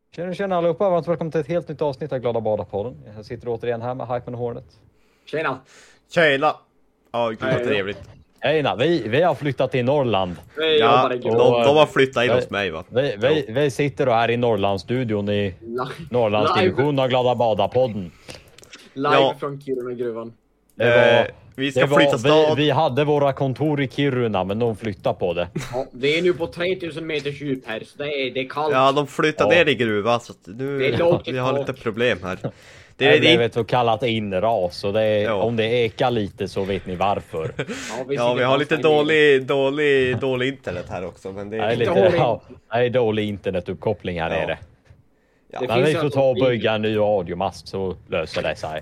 Tjena allihopa, varmt välkommen till ett helt nytt avsnitt av Glada Bada-podden. Jag sitter återigen här med Hypen och Hornet. Tjena! Ja, gud vad trevligt. Tjena, vi har flyttat till Norrland. Ja, de har flyttat in hos mig va? Vi sitter då här i Norrlandsstudion i Norrlandsdivision av Glada Bada-podden. Live från Kiruna-gruvan. Vi ska flytta stad. Vi hade våra kontor i Kiruna, men de flyttade på det. Ja, det är nu på 3000 meters djup här, så det är kallt. Ja, de flyttade ner i gruvan, så nu vi har lite problem här. Det är ett så kallat inras, och om det ekar lite så vet ni varför. Ja, vi har lite dålig internet här också, men det är dålig internetuppkoppling här nere. Ja. Men vi får ta och bygga en ny radiomast så löser det sig.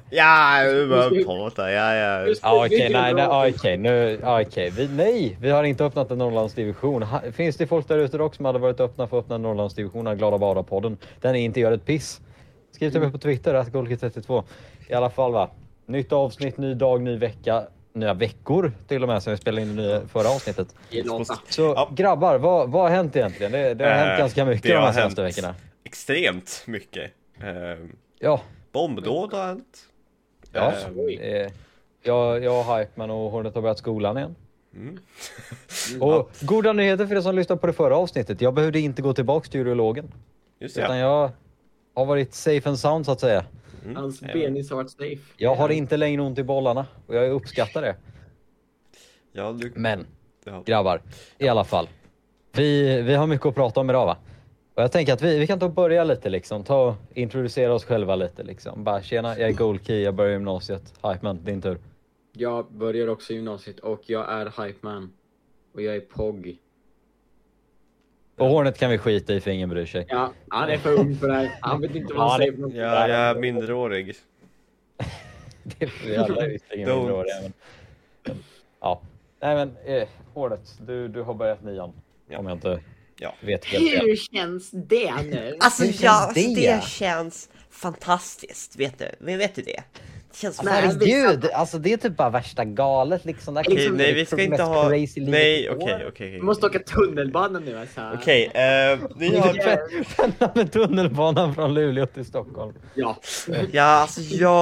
Vi har inte öppnat en Norrlandsdivision. Finns det folk där ute också som hade varit öppna för att öppna en Norrlandsdivision av Glada Bada-podden? Den inte gör ett piss. Skriv till mig på Twitter, @golki32. I alla fall va. Nytt avsnitt, ny dag, ny vecka. Nya veckor till och med som vi spelade in i förra avsnittet. Så grabbar, vad har hänt egentligen? Det har hänt ganska mycket de här senaste veckorna. Extremt mycket. Bombdåd har hänt. Jag har Hypeman och Hornet har börjat skolan igen. Och goda nyheter för er som lyssnade på det förra avsnittet. Jag behövde inte gå tillbaka till urologen. Utan jag har varit safe and sound så att säga. Hans penis har varit safe. Jag har inte längre ont i bollarna och jag uppskattar det. Men grabbar, i alla fall. Vi har mycket att prata om idag va? Och jag tänker att vi kan ta och börja lite liksom. Introducera oss själva lite liksom. Bara tjena, jag är Goldkey, jag börjar gymnasiet. Hypeman, din tur. Jag börjar också gymnasiet och jag är Hypeman. Och jag är POG. Och Hornet kan vi skita i för ingen bryr sig. Ja, han är för ung för det här. Han vet inte vad han säger. Ja, jag är minderårig. Det är vi alla minderåriga. Ja. Nej men, Hornet, du har börjat 9:an. Om jag inte vet helt fel. Hur känns det nu? Alltså det känns fantastiskt, vet du det? Det känns som herregud, alltså det är typ bara värsta galet liksom. Nej, vi ska inte ha... Nej, okej. Vi måste åka tunnelbanan nu alltså. Okej, vi har... med tunnelbanan från Luleå till Stockholm. Ja, alltså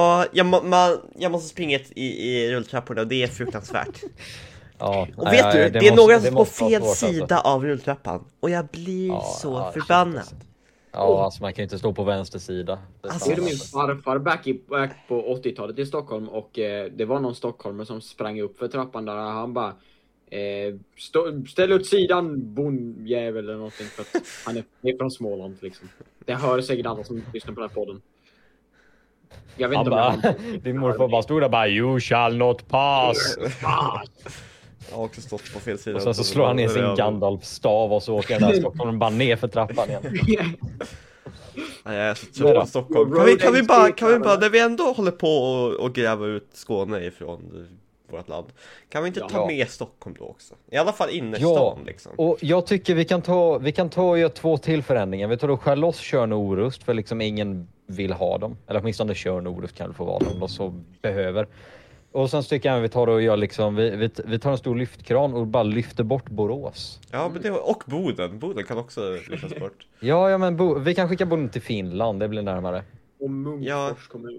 jag måste springa i rulltrapporna och det är fruktansvärt. Ja, och vet du, det är några som på fel sida av rulltrappan och jag blir så förbannad. Ja, alltså man kan ju inte stå på vänster sida. Alltså, det är min farfar back på 80-talet i Stockholm och det var någon stockholmare som sprang upp för trappan där och han bara ställ åt sidan bondjävel eller någonting för att han är från Småland liksom. Det hör säkert alla som lyssnar på den här podden. Jag vet inte din morfar bara stod där bara you shall not pass. Jag har också stått på fel sida. Och sen så slår han ner sin Gandalf-stav och så åker den där Stockholm bara ner för trappan igen. Nej, jag är så trött på Stockholm. Kan vi bara, när vi ändå håller på och gräva ut Skåne ifrån vårt land, kan vi inte ta med Stockholm då också? I alla fall innerstan liksom. Och jag tycker vi kan ta och göra 2 till förändringar. Vi tar då skär loss Tjörn och Orust för liksom ingen vill ha dem. Eller åtminstone Tjörn och Orust kan få vara dem och så behöver. Och sen tycker jag att vi tar och gör liksom, vi tar en stor lyftkran och bara lyfter bort Borås. Ja, men och Boden kan också lyftas bort. Ja, men vi kan skicka Boden till Finland, det blir närmare. Och Munkfors kommun.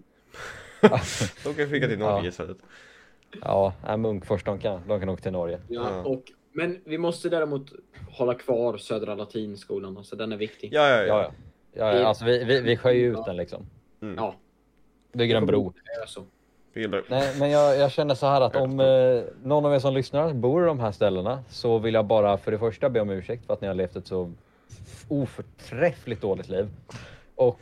De kan skicka till Norge istället. Ja, Munkfors, de kan åka till Norge. Men vi måste däremot hålla kvar Södra Latinskolan, så den är viktig. Ja. Alltså vi skär ju ut den liksom. Ja. Bygger en bro. Nej, men jag känner så här att om någon av er som lyssnar bor i de här ställena så vill jag bara för det första be om ursäkt för att ni har levt ett så oförträffligt dåligt liv. Och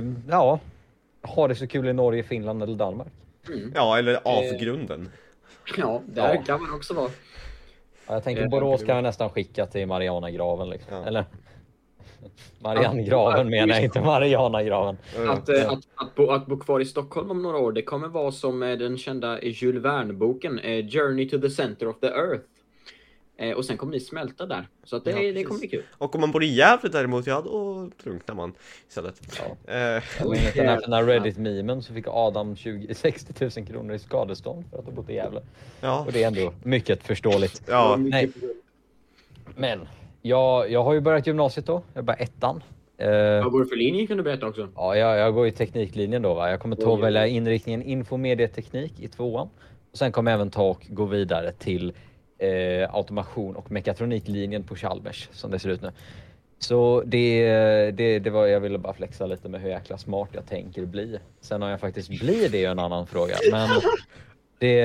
ha det så kul i Norge, Finland eller Danmark. Ja, eller avgrunden. Ja, där kan man också vara. Ja, jag tänker Borås kan jag nästan skicka till Marianagraven liksom. Ja. Eller Mariannegraven menar jag, inte Marianagraven. Att bo kvar i Stockholm om några år, det kommer vara som den kända Jules Verne-boken Journey to the Center of the Earth. Och sen kommer ni smälta där. Så att det kommer bli kul. Och om man bor i Gävle däremot, då drunknar man istället. Enligt den här Reddit-memen så fick Adam 60 000 kronor i skadestånd för att ha bott i Gävle. Och det är ändå mycket förståeligt. Ja. Nej. Men jag har ju börjat gymnasiet då. Jag är bara 1:an. Vad går det för linje kan du berätta också? Ja, jag går i tekniklinjen då va. Jag kommer ta och välja inriktningen infomedieteknik i 2:an. Och sen kommer jag även ta och gå vidare till automation och mekatroniklinjen på Chalmers som det ser ut nu. Så det var, jag ville bara flexa lite med hur jäkla smart jag tänker bli. Sen om jag faktiskt blir det är en annan fråga. Men det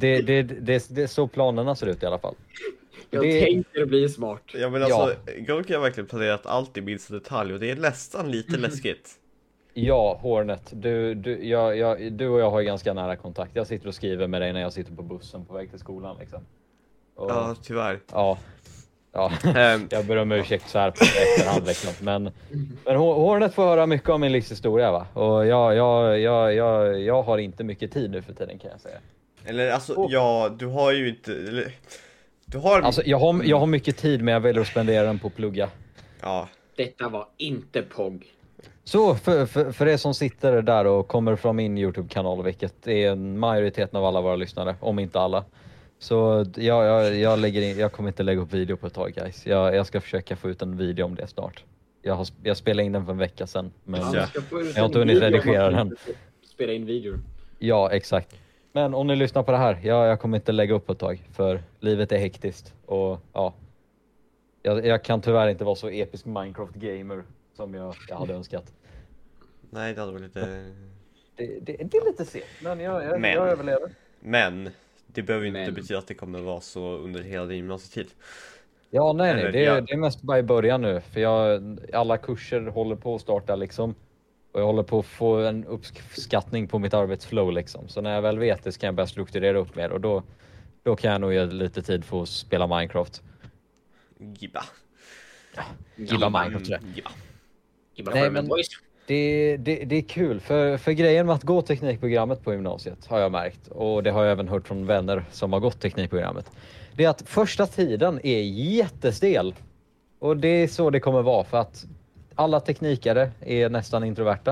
är så planerna ser ut i alla fall. Jag tänker bli smart. Ja men alltså, Gork har verkligen planerat allt i minsta detalj och det är nästan lite läskigt. Ja, Hornet. Du och jag har ju ganska nära kontakt. Jag sitter och skriver med dig när jag sitter på bussen på väg till skolan liksom. Och, ja, tyvärr. Ja. Jag ber om ursäkt så här på efterhand liksom. Men Hornet får höra mycket om min livshistoria va. Och jag har inte mycket tid nu för tiden kan jag säga. Eller alltså, ja, du har ju inte... Eller, du har... Alltså, jag har mycket tid men jag väljer att spendera den på att plugga. Ja. Detta var inte POG. Så för det som sitter där och kommer från min YouTube-kanal, vilket är en majoriteten av alla våra lyssnare, om inte alla. Så jag kommer inte lägga upp video på ett tag guys. Jag ska försöka få ut en video om det snart. Jag spelade in den för en vecka sedan. Men jag har inte hunnit redigera den. Spela in video. Ja, exakt. Men om ni lyssnar på det här, jag kommer inte lägga upp på ett tag. För livet är hektiskt. Och ja, jag kan tyvärr inte vara så episk Minecraft-gamer som jag hade önskat. Nej, det hade varit lite... Det är lite sent, men jag överlever. Men det behöver ju inte betyda att det kommer vara så under hela din gymnasietid. Ja, nej. Det är mest bara i början nu. För alla kurser håller på att starta liksom. Och jag håller på att få en uppskattning på mitt arbetsflow liksom. Så när jag väl vet det så kan jag börja strukturera upp mer. Och då kan jag nog ge lite tid för att spela Minecraft. Gibba Minecraft. Gibba. Nej, men det är kul. För grejen med att gå teknikprogrammet på gymnasiet har jag märkt. Och det har jag även hört från vänner som har gått teknikprogrammet. Det är att första tiden är jättestel. Och det är så det kommer vara. För att alla teknikare är nästan introverta.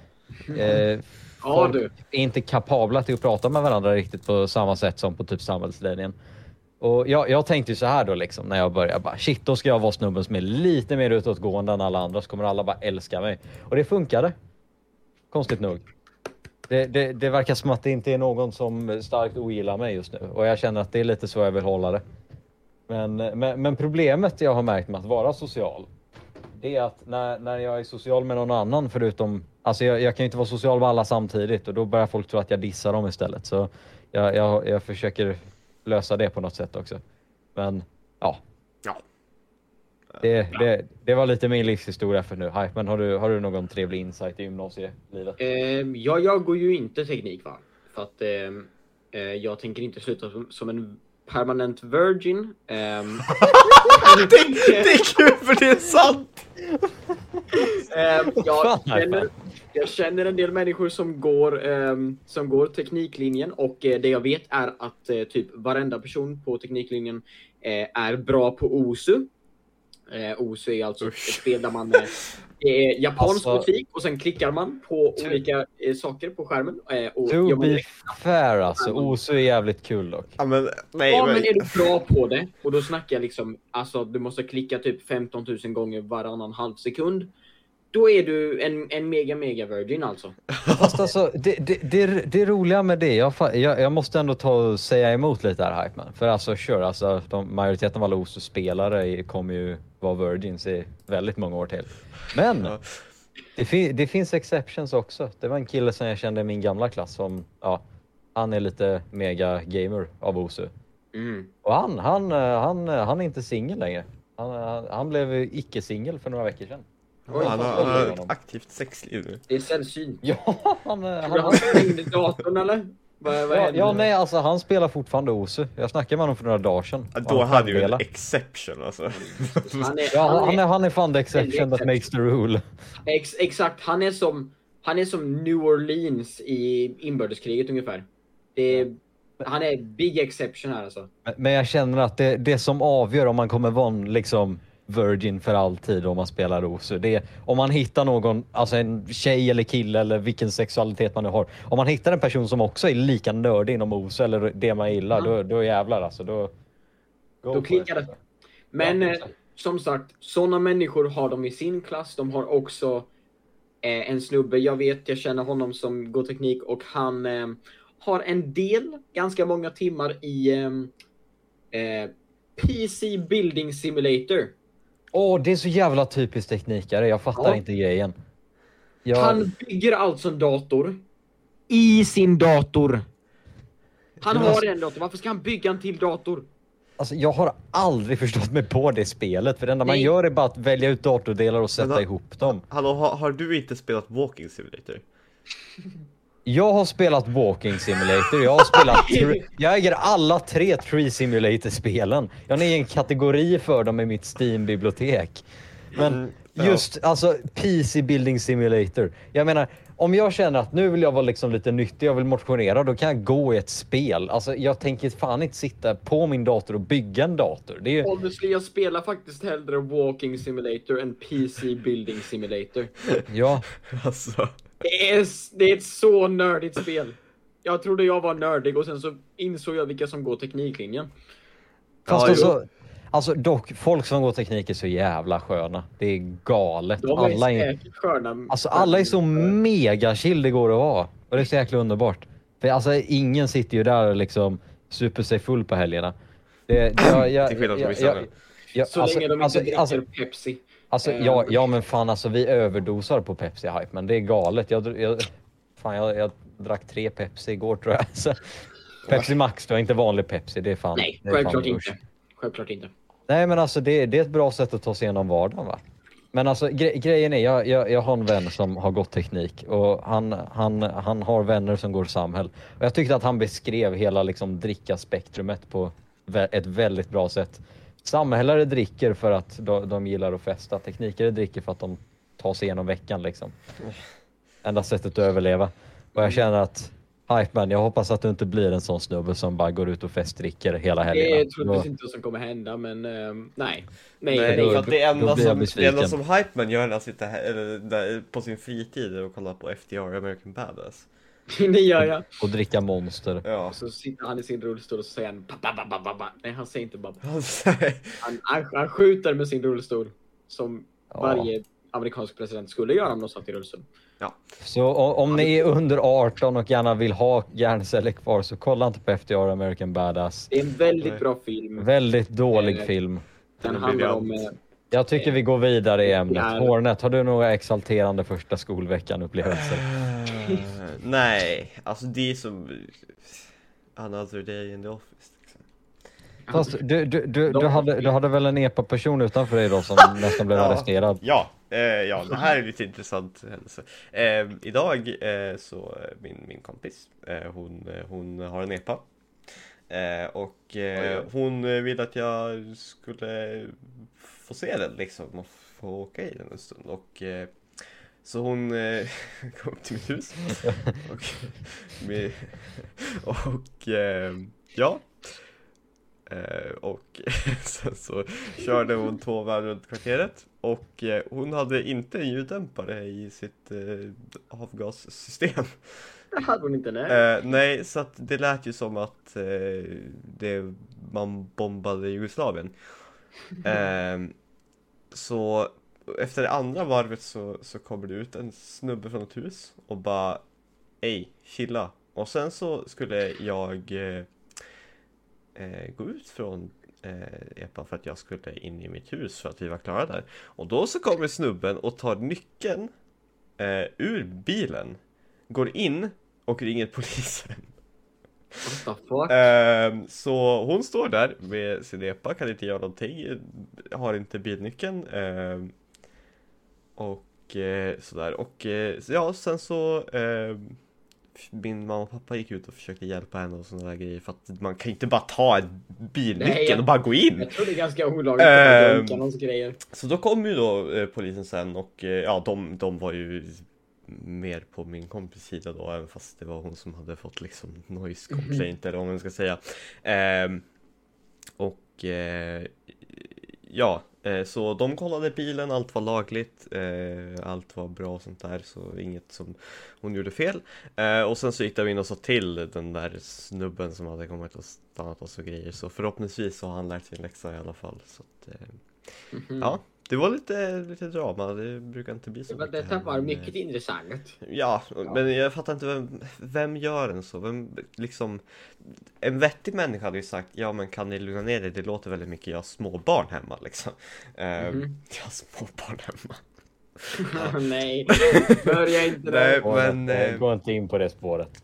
Folk är inte kapabla till att prata med varandra riktigt på samma sätt som på typ samhällslinjen. Och jag tänkte ju så här då liksom när jag började bara shit, då ska jag vara snubben som är lite mer utåtgående än alla andra, så kommer alla bara älska mig. Och det funkade. Konstigt nog. Det verkar som att det inte är någon som starkt ogillar mig just nu. Och jag känner att det är lite så jag vill hålla det. Men problemet jag har märkt med att vara social, det är att när jag är social med någon annan förutom... Alltså jag kan ju inte vara social med alla samtidigt och då börjar folk tro att jag dissar dem istället. Så jag försöker lösa det på något sätt också. Men ja. Det var lite min livshistoria för nu. Men har du någon trevlig insight i gymnasielivet? Jag går ju inte teknik va. För att jag tänker inte sluta som en permanent virgin. Det är kul för det är sant. Jag känner en del människor som går tekniklinjen och det jag vet är att typ varenda person på tekniklinjen är bra på OSU. OSU är alltså ett spel där man är japansk musik och sen klickar man på olika saker på skärmen. To be fair alltså, OSU är jävligt kul dock. Men är du bra på det och då snackar jag liksom, alltså du måste klicka typ 15 000 gånger varannan halv sekund. Då är du en mega virgin alltså. Fast alltså, det roliga med det, jag måste ändå ta och säga emot lite här Hypeman. För alltså, majoriteten av alla OSU-spelare kommer ju vara virgins i väldigt många år till. Men det finns exceptions också. Det var en kille som jag kände i min gamla klass som, han är lite mega gamer av OSU. Och han är inte singel längre. Han blev icke-singel för några veckor sedan. Han har ett aktivt sexliv nu. Det är sällsynt. Ja, han stängde datorn eller? Nej, alltså han spelar fortfarande OSU. Jag snackade med honom för några dagar sedan. Då hade ju en exception alltså. Han är fan the exception that makes the rule. Exakt, han är som New Orleans i inbördeskriget ungefär. Han är big exception här alltså. Men jag känner att det som avgör om man kommer vara liksom virgin för alltid om man spelar OSU, det är om man hittar någon, alltså en tjej eller kille eller vilken sexualitet man nu har. Om man hittar en person som också är lika nördig inom OSU eller det man gillar, då jävlar alltså. Då klickar det. Men som sagt, sådana människor har de i sin klass. De har också en snubbe, jag känner honom som går teknik och han har ganska många timmar i PC Building Simulator. Det är så jävla typiskt teknikare, jag fattar inte grejen. Han bygger alltså en dator i sin dator. Han har en dator, varför ska han bygga en till dator? Alltså jag har aldrig förstått mig på det spelet, för det enda man gör är bara att välja ut datordelar och sätta ihop dem. Hallå, har du inte spelat Walking Simulator? Jag har spelat Walking Simulator, jag äger alla 3 Tree Simulator-spelen. Jag har en egen kategori för dem i mitt Steam-bibliotek. Men just, alltså, PC Building Simulator. Jag menar, om jag känner att nu vill jag vara liksom lite nyttig, jag vill motionera, då kan jag gå i ett spel. Alltså, jag tänker fan inte sitta på min dator och bygga en dator. Det är ju... Honestly, jag spelar faktiskt hellre Walking Simulator än PC Building Simulator. Ja. Alltså. Det är ett så nördigt spel. Jag trodde jag var nördig och sen så insåg jag vilka som går tekniklinjen. Fast alltså dock, folk som går teknik är så jävla sköna. Det är galet. Alla är sköna. Alltså alla är så mega chill det går att vara. Och det är så jäkla underbart. För alltså ingen sitter ju där och liksom super sig full på helgerna. Så länge de inte dricker Pepsi. Alltså ja men fan, alltså vi överdosar på Pepsi hype, men det är galet. Jag drack 3 Pepsi igår tror jag. Så, Pepsi Max, det var inte vanlig Pepsi, det är fan. Nej, det är självklart fan inte. Självklart inte. Nej men alltså det är ett bra sätt att ta sig igenom vardagen, va? Men alltså grejen är, jag har en vän som har gått teknik och han har vänner som går samhäll. Och jag tyckte att han beskrev hela liksom dricka-spektrumet på ett väldigt bra sätt. Samhällare dricker för att de gillar att festa. Teknikare dricker för att de tar sig igenom veckan liksom. Enda sättet att överleva. Och jag känner att Hypeman, jag hoppas att du inte blir en sån snubbe som bara går ut och festdricker hela helgen. Det tror jag inte som kommer hända, men nej. För att det enda som Hypeman gör när han sitter här, på sin fritid och kollar på FDR, American Badass. Det gör jag. Och dricka Monster. Ja. Så sitter han i sin rullstol och så säger han babba. Nej, han säger inte babba. Han skjuter med sin rullstol som varje amerikansk president skulle göra om de satt i rullstol. Ja. Så om ni är under 18 och gärna vill ha hjärnceller kvar, så kolla inte på FDR American Badass. Det är en väldigt bra film. Väldigt dålig film. Den handlar om... Jag tycker vi går vidare i ämnet. Hornet, har du några exalterande första skolveckan-upplevelser? Nej, alltså det är som another day in the office. Liksom. Fast du hade väl en EPA-person utanför dig då som nästan blev arresterad? Ja, det här är lite intressant händelse. Idag så min kompis, hon har en EPA. Och hon ville att jag skulle få se den liksom och få åka i den en stund. Och så hon kom upp till mitt hus och sen så körde hon 2 varv runt kvarteret och hon hade inte en ljuddämpare i sitt avgassystem. Det hade hon inte, nej, så att det lät ju som att man bombade Jugoslavien. Så efter det andra varvet så kommer det ut en snubbe från ett hus och bara ej, chilla. Och sen så skulle jag gå ut från EPA för att jag skulle in i mitt hus för att vi var klara där. Och då så kommer snubben och tar nyckeln ur bilen, går in och ringer polisen. What the fuck? Så hon står där med sin EPA, kan inte göra någonting, har inte bilnyckeln och sådär. Och ja, sen så min mamma och pappa gick ut och försökte hjälpa henne och sådana där grejer, för att man kan inte bara ta bilnyckeln och bara gå in. Jag tror det är ganska olagligt att dunka någons grejer. Så då kom ju då polisen sen och ja, de var ju mer på min kompis sida då, även fast det var hon som hade fått liksom noise complaint eller vad man ska säga. Så de kollade bilen, allt var lagligt, allt var bra och sånt där, så inget som hon gjorde fel. Och sen så gick de in och sa till den där snubben som hade kommit och stannat oss och grejer, så förhoppningsvis så har han lärt sin läxa i alla fall. Så att, Ja, det var lite drama. Det brukar inte bli så mycket Detta här, var men, mycket intressant. Ja, men jag fattar inte vem gör en så? Liksom, en vettig människa hade ju sagt, ja men kan ni lugna ner er? Det låter väldigt mycket, jag har småbarn hemma liksom. Jag har småbarn hemma. Nej, börja inte Nej, där. men... Gå inte in på det spåret.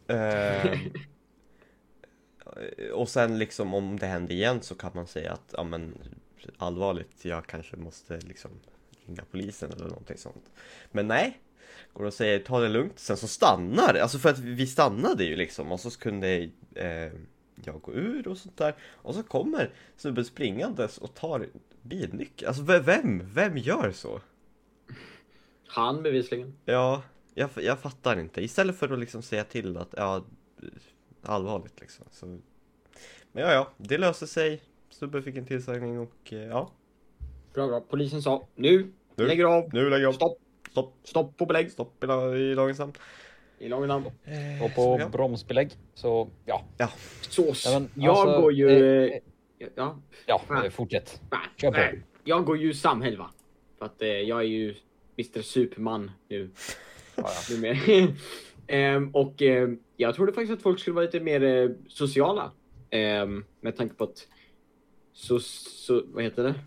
Och sen liksom om det händer igen så kan man säga att ja men allvarligt, jag kanske måste liksom ringa polisen eller någonting sånt. Men nej, går och säger ta det lugnt, sen så stannar det. Alltså för att vi stannade ju liksom och så kunde jag gå ur och sånt där. Och så kommer snubben springandes och tar bilnyckeln. Alltså vem gör så? Han bevisligen. Ja, jag fattar inte. Istället för att liksom säga till att ja, allvarligt liksom. Så... Men ja, det löser sig. Snubben fick en tillsägning och ja. Bra. Polisen sa nu lägger av. Nu lägger jag av. Stopp på belägg. Stopp i lagens namn. I lagens namn. Och på bromsbelägg. Så ja. Sås. Ja, men, Jag alltså, går ju... fortsätt. Kör på. Jag går ju samhäll va. För att jag är ju Mr. Superman nu. Och jag trodde faktiskt att folk skulle vara lite mer sociala. Med tanke på att vad heter det?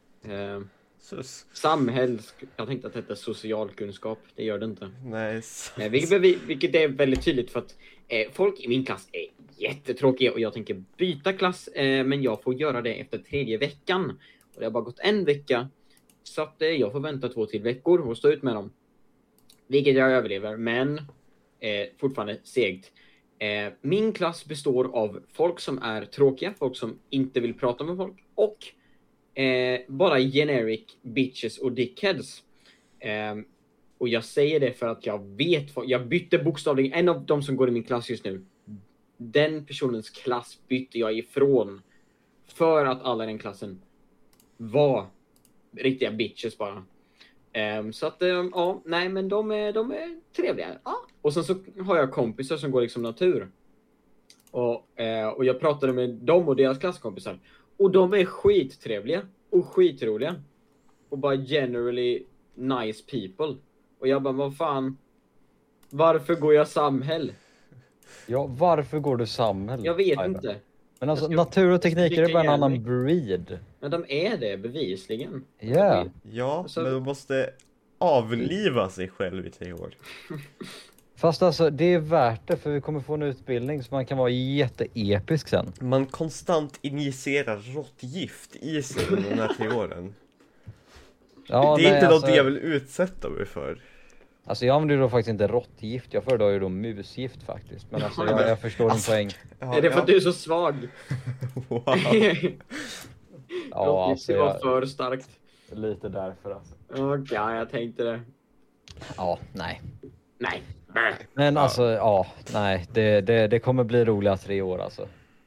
Jag tänkte att det hette socialkunskap. Det gör det inte. Nej. Vilket är väldigt tydligt för att folk i min klass är jättetråkiga och jag tänker byta klass. Men jag får göra det efter 3:e veckan. Och det har bara gått 1 vecka. Så att jag får vänta 2 till veckor och stå ut med dem. Vilket jag överlever, men fortfarande segt. Min klass består av folk som är tråkiga, folk som inte vill prata med folk och bara generic bitches och dickheads. Och jag säger det för att jag bytte bokstavligen en av de som går i min klass just nu. Den personens klass bytte jag ifrån för att alla i den klassen var riktiga bitches bara. Så att nej men de är trevliga. Ja. Och sen så har jag kompisar som går liksom natur. Och jag pratade med dem och deras klasskompisar. Och de är skittrevliga och skitroliga. Och bara generally nice people. Och jag bara, vad fan? Varför går jag samhäll? Ja, varför går du samhäll? Jag vet inte. Men alltså, natur och teknik är bara en annan breed. Men de är det, bevisligen. Yeah. Ja, alltså... men de måste avliva sig själv i 3 år. Fast alltså, det är värt det för vi kommer få en utbildning så man kan vara jätteepisk sen. Man konstant injicerar råttgift i sig under de här 3 åren. Ja, det är inte något jag vill utsätta mig för. Alltså jag använder ju då faktiskt inte råttgift, jag föredrar ju då musgift faktiskt. Men alltså jag förstår din poäng. Ja, är det för att du är så svag? Wow. Ja, alltså det var för starkt. Lite därför alltså. Okej, jag tänkte det. Ja, nej. Nej. Men alltså, ja, nej. Det kommer bli roliga 3 år alltså.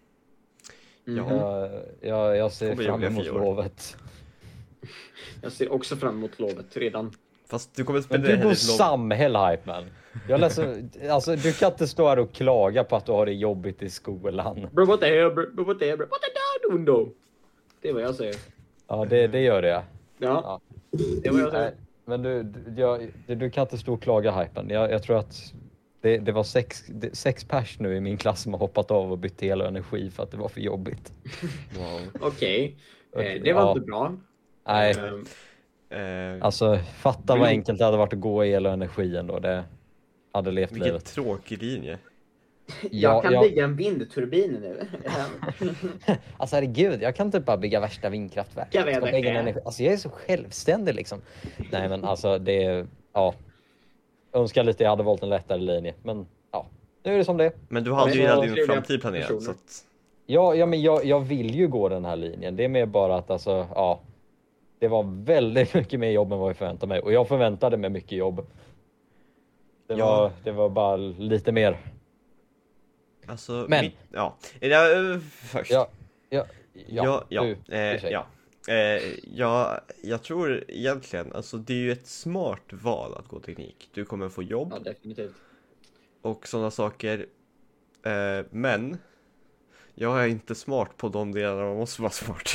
Jag ser fram emot lovet. Jag ser också fram emot lovet redan. Fast du kommer Men spendera du går samhäll, hype man. Jag läser, alltså du kan inte stå här och klaga på att du har det jobbigt i skolan. Bro, what the hell, bro? What the hell doing though? Det är vad jag säger. Ja, det gör det. Ja. Det är vad jag säger. Men du kan inte stå och klaga, hypen. Jag tror att det var 6 pers nu i min klass som har hoppat av och bytt el och energi för att det var för jobbigt. Wow. Okej. Det var inte bra. Nej. Alltså, fatta vad enkelt det hade varit att gå i el och energi ändå. Det hade levt Vilken livet. tråkig linje. Jag kan bygga en vindturbin nu. Alltså herregud, jag kan typ bara bygga värsta vindkraftverk. Jag vet inte. Alltså jag är så självständig liksom. Nej men alltså det, ja. Önskar lite jag hade valt en lättare linje. Men ja, nu är det som det. Men du hade ju redan din framtid planerad så att... Ja men jag vill ju gå den här linjen. Det är mer bara att alltså, ja. Det var väldigt mycket mer jobb än vad jag förväntade mig. Och jag förväntade mig mycket jobb. Det var bara lite mer. Alltså, men först. Jag tror egentligen, alltså det är ju ett smart val att gå teknik. Du kommer få jobb. Ja, definitivt. Och sådana saker. Men Jag är inte smart på de delarna, man måste vara smart.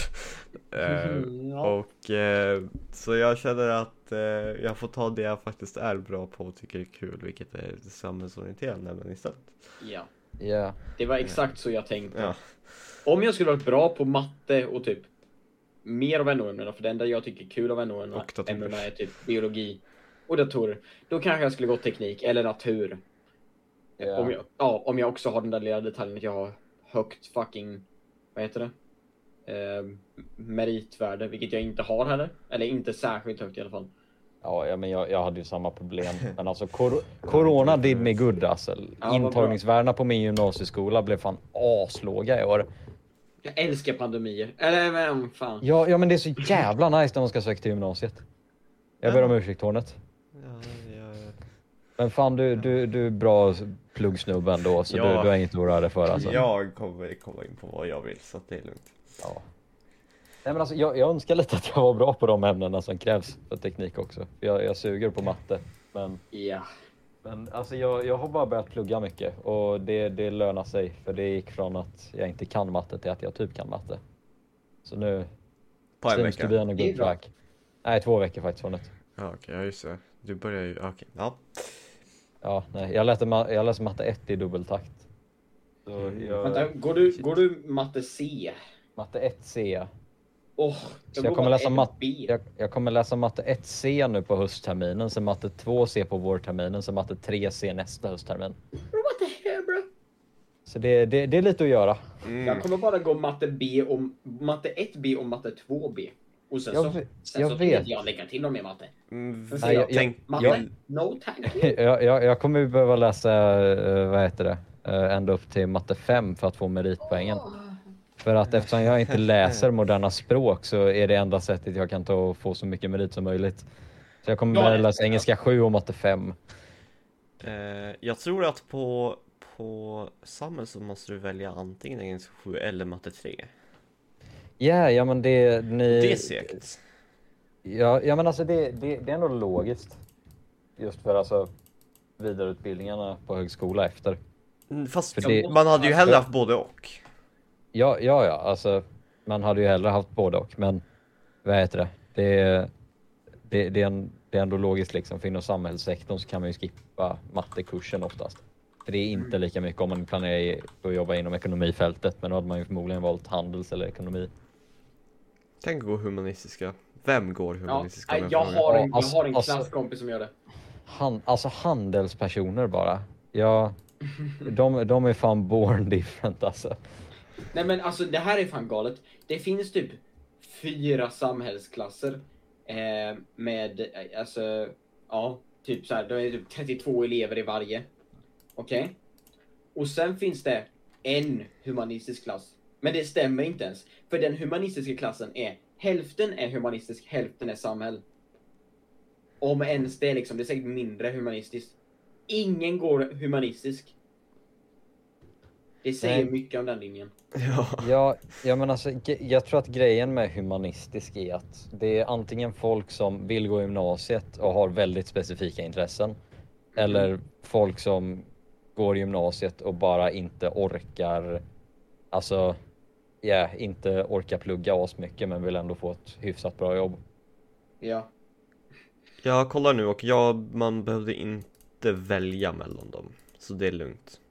Ja. Så jag känner att jag får ta det jag faktiskt är bra på och tycker är kul, vilket är samhällsorienterande men istället. Ja. Ja. Det var exakt så jag tänkte. Ja. Om jag skulle varit bra på matte och typ mer av NO-ämnena, för det enda jag tycker är kul av NO-ämnena är typ biologi och datorer, då kanske jag skulle gå teknik eller natur. Ja. Om jag också har den där lilla detaljen att jag har högt fucking, vad heter det? Meritvärde, vilket jag inte har heller. Eller inte särskilt högt i alla fall. Ja, men jag hade ju samma problem. Men alltså corona did me good alltså. Ja, Intagningsvärdena på min gymnasieskola blev fan aslåga i år. Jag älskar pandemier. Eller men fan. Ja, men det är så jävla nice när man ska söka till gymnasiet. Jag ber om ursäkt, Hornet. Ja. Men fan, du är bra pluggsnubbe ändå, så Ja. du har inget att oroa dig för alltså. Jag kommer komma in på vad jag vill, så att det är lugnt. Ja. Nej, men alltså, jag önskar lite att jag var bra på de ämnena som krävs för teknik också. Jag suger på matte, men Ja. Men alltså jag har bara börjat plugga mycket och det lönar sig, för det gick från att jag inte kan matte till att jag typ kan matte. Så nu På en seems to vecka? be on a Det är good bra. track. Nej, 2 veckor faktiskt från det. Ja, okej, ja, just det. Du börjar ju, okej. Ja. Ja, nej, jag läser matte 1 i dubbeltakt. Så Vänta, går du matte C? matte 1 C. Så jag kommer läsa matte B. jag kommer läsa matte 1 C nu på höstterminen, så matte 2 C på vårterminen, så matte 3 C nästa hösttermin. What the hell, bro? Så det är lite att göra. Jag kommer bara gå matte B och matte 1B och matte 2B. Och sen Jag så, vet- sen jag så vet. tänker inte jag lägga till någon mer matte. Nej, Matte? No thank you. Jag kommer ju behöva läsa, vad heter det, ända upp till matte 5 för att få meritpoängen. För att eftersom jag inte läser moderna språk så är det enda sättet jag kan ta och få så mycket merit som möjligt. Så jag kommer Ja, läsa engelska 7 och matte 5. Jag tror att på samhäll så måste du välja antingen engelska 7 eller matte 3. Ja, men Det är säkert. Ja, men alltså det är ändå logiskt. Just för alltså vidareutbildningarna på högskola efter. Fast För det- man hade ju hellre haft både och. Ja, alltså man hade ju hellre haft både och, men vad heter det? Det är ändå logiskt liksom, för inom samhällssektorn så kan man ju skippa mattekursen oftast. För det är inte lika mycket om man planerar att jobba inom ekonomifältet, men då hade man ju förmodligen valt handels eller ekonomi. Tänk gå humanistiska. Vem går Ja, humanistiska? om jag frågar? har en Alltså- klasskompis som gör det. Alltså handelspersoner bara. Ja, de är fan born different alltså. Nej men alltså det här är fan galet. Det finns typ 4 samhällsklasser med alltså ja, typ så här, det är typ 32 elever i varje. Okej? Och sen finns det en humanistisk klass. Men det stämmer inte ens, för den humanistiska klassen är hälften är humanistisk, hälften är samhäll. Om ens det är liksom, det är säkert mindre humanistiskt. Ingen går humanistisk. Det säger Nej. mycket om den linjen. Ja, men alltså jag tror att grejen med humanistisk är att det är antingen folk som vill gå gymnasiet och har väldigt specifika intressen, eller folk som går gymnasiet och bara inte orkar, alltså inte orkar plugga oss mycket men vill ändå få ett hyfsat bra jobb. Ja. Jag kollar nu och man behövde inte välja mellan dem. Så det är lugnt.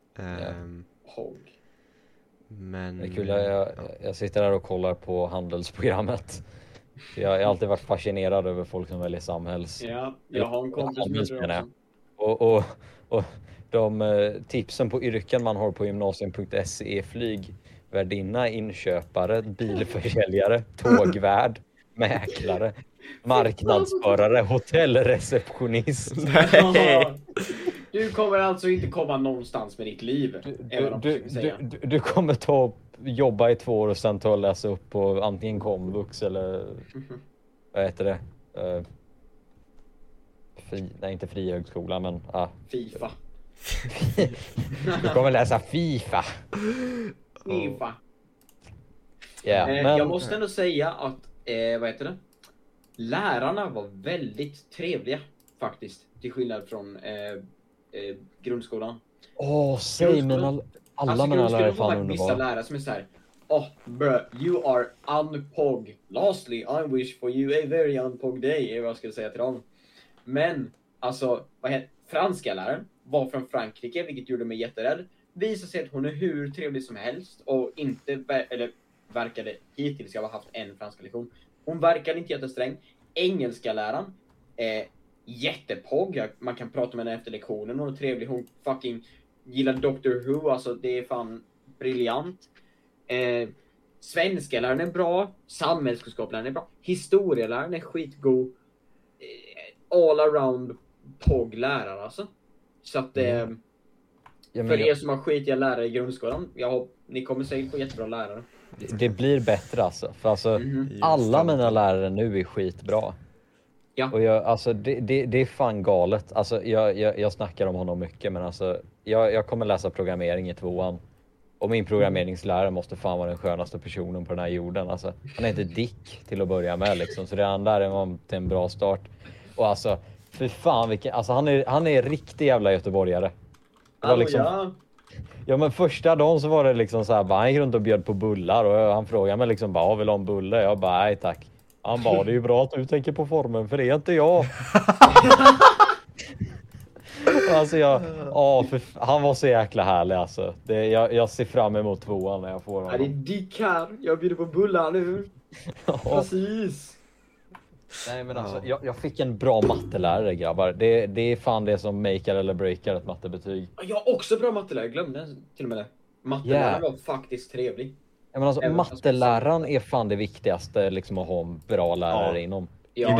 Hog. Men... Det är kul, jag sitter där och kollar på handelsprogrammet. Jag har alltid varit fascinerad över folk som väljer samhälls. Ja, jag har en kompis som heter det också. Och de tipsen på yrken man har på gymnasium.se är flygvärdinna, inköpare, bilförsäljare, tågvärd, mäklare, marknadsförare, hotellreceptionist. Ja. Du kommer alltså inte komma någonstans med ditt liv. Du kommer ta och jobba i 2 år och sen ta och läsa upp på antingen komvux eller vad heter det? Nej, inte fri högskola, men FIFA. Du kommer läsa FIFA. FIFA. Ja, men Jag måste ändå säga att vad heter det? Lärarna var väldigt trevliga faktiskt, till skillnad från grundskolan. säg Alla mina lärare är fan underbara. Vissa lärare som är såhär, oh bro, you are unpog. Lastly, I wish for you a very unpog day, är vad jag skulle säga till dem. Men, alltså, franska läraren var från Frankrike, vilket gjorde mig jätterädd. Visade sig att hon är hur trevlig som helst och inte, eller verkade hittills, jag har haft en franska lektion. Hon verkade inte jättesträng. Engelska läraren jättepogg. Man kan prata med henne efter lektionen. Hon är trevlig. Hon fucking gillar Doctor Who. Alltså det är fan briljant. Svenska läraren är bra. Samhällskunskapläraren är bra. Historieläraren är skitgod. All around pogg lärare alltså. Så att för er som har skitiga lärare i grundskolan, ni kommer säkert få jättebra lärare. Det blir bättre alltså. För alltså, alla mina lärare nu är skitbra. Ja. Och det är fan galet. Alltså, jag snackar om honom mycket, men alltså, jag kommer läsa programmering i 2:an. Och min programmeringslärare måste fan vara den skönaste personen på den här jorden. Alltså, han heter Dick till att börja med liksom. Så redan där är man till en bra start. Och alltså, för fan alltså, han är riktig jävla göteborgare. Det var liksom, ja, men första dagen så var det liksom så här, han gick runt och bjöd på bullar och han frågade mig liksom bara, vill ha en bulle? Jag bara, nej tack. Han bara, det är ju bra att du tänker på formen, för det är inte jag. Alltså han var så jäkla härlig alltså. Jag ser fram emot 2:an när jag får honom. Det är Dick här, jag bjuder på bullar nu. Precis. Nej men alltså, jag fick en bra mattelärare grabbar. Det är fan det som makear eller breakar ett mattebetyg. Jag har också bra mattelärare, glömde till och med det. Matteläraren var faktiskt trevlig. Ja, men alltså, matteläraren är fan det viktigaste liksom, att ha en bra lärare inom. Ja,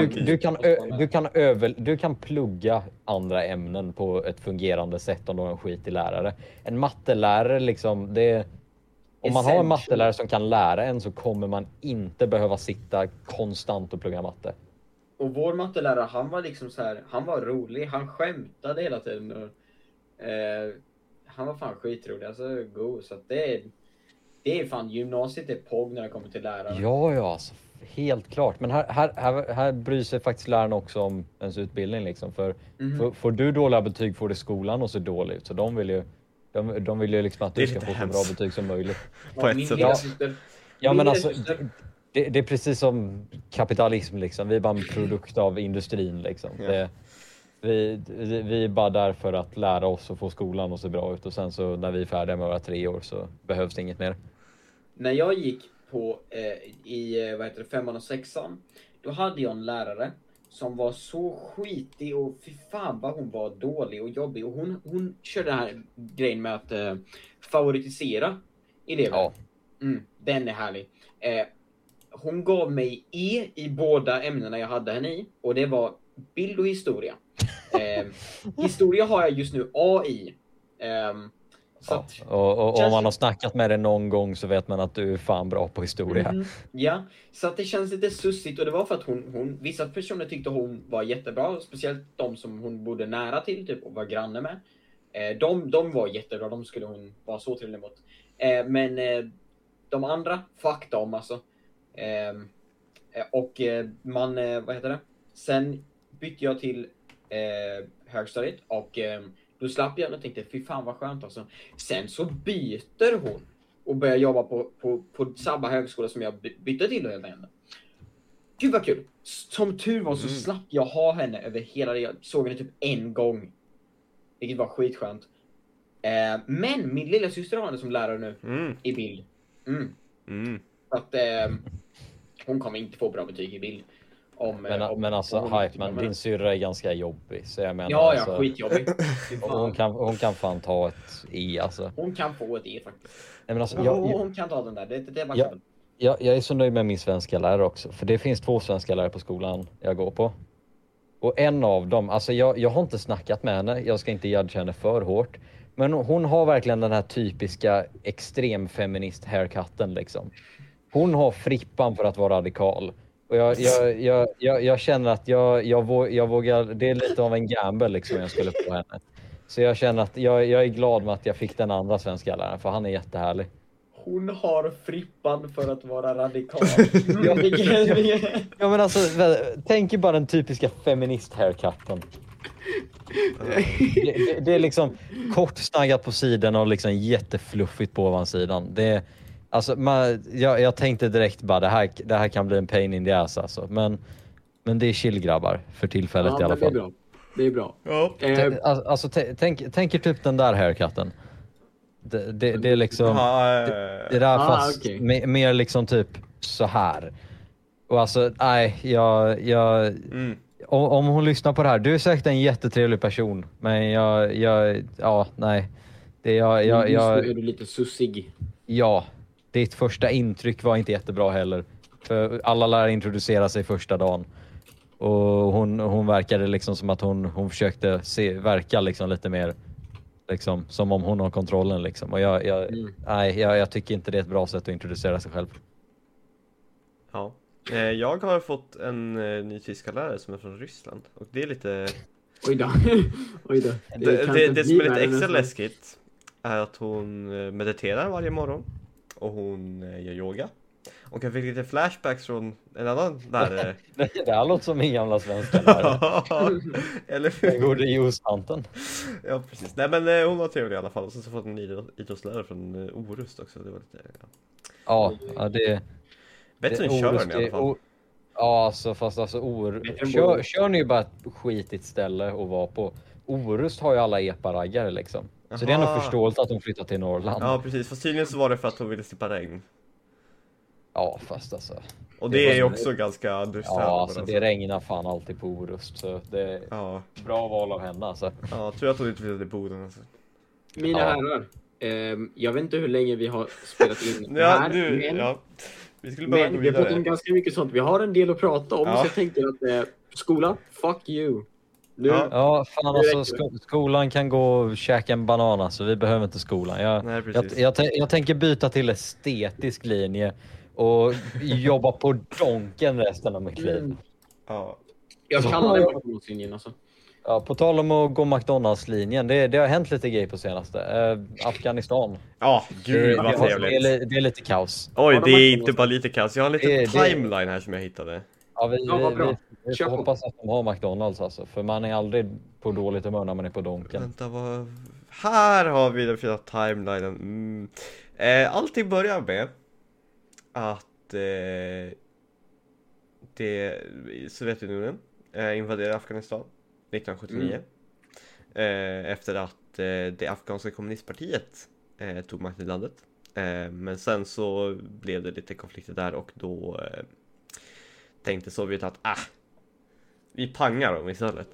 du kan plugga andra ämnen på ett fungerande sätt om du har en skitig lärare. En mattelärare liksom, om man har en mattelärare som kan lära en så kommer man inte behöva sitta konstant och plugga matte. Och vår mattelärare, han var liksom så här, han var rolig, han skämtade hela tiden och, han var fan skitrolig, alltså god, så att det är fan gymnasiet är påg när det kommer till lärare. Ja, alltså, helt klart. Men här bryr sig faktiskt lärarna också om ens utbildning liksom, för får du dåliga betyg får det skolan och så dåligt, så de vill ju liksom att du ska få så bra betyg som möjligt. På ett sätt. Ja, men alltså det är precis som kapitalism liksom. Vi är bara en produkt av industrin liksom. Ja. Vi är bara där för att lära oss och få skolan att se bra ut, och sen så när vi är färdiga med våra 3 år så behövs det inget mer. När jag gick på i 5:an och 6:an, då hade jag en lärare som var så skitig och fy fan vad hon var dålig och jobbig, och hon körde den här grejen med att favoritisera elever. Ja. Den är härlig. Hon gav mig E i båda ämnena jag hade henne i, och det var bild och historia. Historia har jag just nu A i. Så att, och om man har snackat med det någon gång så vet man att du är fan bra på historia. Ja, så att det känns lite sussigt, och det var för att hon vissa personer tyckte hon var jättebra, speciellt de som hon bodde nära till typ, och var granne med. De var jättebra, de skulle hon vara så trevlig mot. Men de andra, fuck dem alltså. Och man, vad heter det? Sen bytte jag till högstadiet, och då slapp jag och tänkte, fy fan vad skönt alltså. Sen så byter hon och börjar jobba på samma högskola som jag bytte till helt enkelt. Gud vad kul. Som tur var så slapp jag ha henne över hela det. Jag såg henne typ en gång. Vilket var skitskönt. Men min lilla syster har henne som lärare nu i bild. Så att hon kommer inte få bra betyg i bild. Men alltså, Hypeman, din syrra är ganska jobbig, så jag menar, ja, alltså, skitjobbig. hon kan fan ta ett E alltså. Hon kan få ett E faktiskt. Nej, men alltså, hon kan ta den där, det är bara jag är så nöjd med min svenska lärare också, för det finns 2 svenska lärare på skolan jag går på. Och en av dem, alltså jag har inte snackat med henne, jag ska inte judge henne för hårt, men hon har verkligen den här typiska extremfeminist haircutten liksom. Hon har frippan för att vara radikal. Och jag känner att jag vågar, det är lite av en gamble liksom jag skulle få henne. Så jag känner att jag är glad med att jag fick den andra svenska läraren, för han är jättehärlig. Hon har frippan för att vara radikal. Ja men alltså, tänk ju bara den typiska feminist haircutten. Det är liksom, kort snaggat på sidan och liksom jättefluffigt på ovansidan. Alltså, jag tänkte direkt bara det här kan bli en pain in the ass alltså. Men det är chill grabbar för tillfället i alla fall. Det är bra. Det är bra. Ja. Alltså tänk er typ den där haircutten. Det är liksom det där fast okej. mer liksom typ så här. Och alltså nej, jag om hon lyssnar på det här, du är säkert en jättetrevlig person, men nej. Det jag är du lite sussig. Ja, ditt första intryck var inte jättebra heller. För alla lär introducera sig första dagen. Och hon verkade liksom som att hon försökte verka liksom lite mer liksom som om hon har kontrollen liksom. Och jag tycker inte det är ett bra sätt att introducera sig själv. Ja. Jag har fått en ny tyska lärare som är från Ryssland. Och det är lite... Oj då. Det som är lite extra läskigt är att hon mediterar varje morgon. Och hon gör yoga. Och jag fick lite flashbacks från en annan lärare. Det här låter som min gamla svenska lärare. Eller Den gode juicehanten. Ja, precis. Nej, men hon var trevlig i alla fall. Och så har jag fått en idrottslärare från Orust också. Det var lite... Ja, det... Bättre än Körn i alla fall. Ja, alltså, fast alltså Körn är ju bara ett skitigt ställe att vara på. Orust har ju alla epa-raggare liksom. Så det är ändå förståeligt att de flyttar till Norrland. Ja, precis. Fast tydligen så var det för att hon ville slippa regn. Ja, fast alltså... Och det är ju också ganska dystert. Ja, alltså det regnar fan alltid på Orust. Så det är bra val av henne alltså. Ja, tror jag att hon inte ville till Boden alltså. Mina herrar, jag vet inte hur länge vi har spelat in här. Vi skulle bara gå vi har vidare. fått in ganska mycket sånt. Vi har en del att prata om, så jag tänker att skolan, fuck you. Nu, ja, fan alltså skolan kan gå och käka en banan, så vi behöver inte skolan. Jag tänker byta till estetisk linje och jobba på donken resten av mitt liv. Ja. Jag kallar det McDonalds-linjen alltså. Ja, på tal om att gå McDonalds-linjen, det har hänt lite grejer på senaste. Afghanistan. Ja, gud vad trevligt. Det är lite kaos. Oj, det är inte bara lite kaos. Jag har en liten timeline här som jag hittade. Ja, vi får hoppas att de har McDonalds alltså. För man är aldrig på dåligt humör när man är på donken. Vänta, här har vi den fina timelinen. Allting börjar med att Sovjetunionen invaderade Afghanistan 1979. Efter att det afghanska kommunistpartiet tog makten i landet. Men sen så blev det lite konflikter där och då tänkte Sovjet att vi pangar dem istället.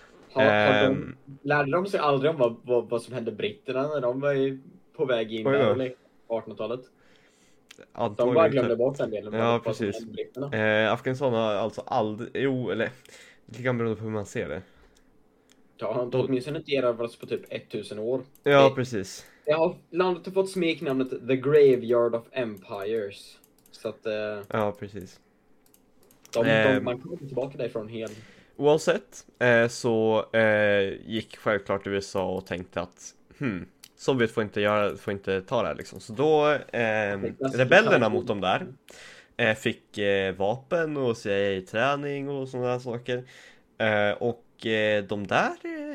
Lärde de sig aldrig om vad som hände britterna när de var på väg in där på 1800-talet? De bara glömde bort den delen. Ja, precis. Afghanistan har alltså aldrig... lite grann beroende på hur man ser det. Ja, han har åtminstone inte erövrats på typ 1000 år. Ja, precis. Landet har fått smeknamnet The Graveyard of Empires. Så att... ja, precis. Man kommer inte tillbaka därifrån helt. Oavsett så gick självklart USA och tänkte att Sovjet får inte ta det här liksom. Så då rebellerna mot dem där fick vapen och CIA-träning och sådana saker. Och de där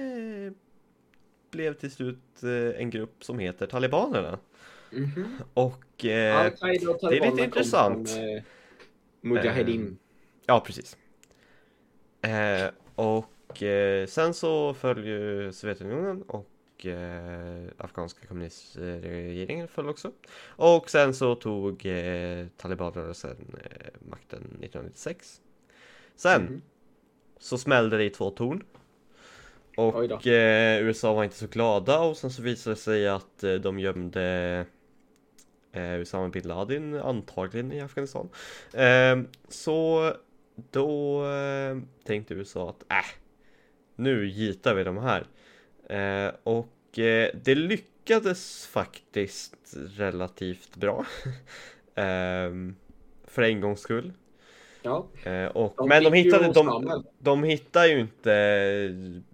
blev till slut en grupp som heter Talibanerna. Och det är lite intressant. Mujahedin. Ja, precis. Och sen så föll ju Sovjetunionen och afghanska kommunistregeringen föll också. Och sen så tog talibanrörelsen makten 1996. Sen så smällde det i 2 torn. Och USA var inte så glada och sen så visade det sig att de gömde Usama bin Laden antagligen i Afghanistan. Så då tänkte USA att nu gitar vi de här. Och det lyckades faktiskt relativt bra. För en gångs skull. Ja. Men de hittade ju inte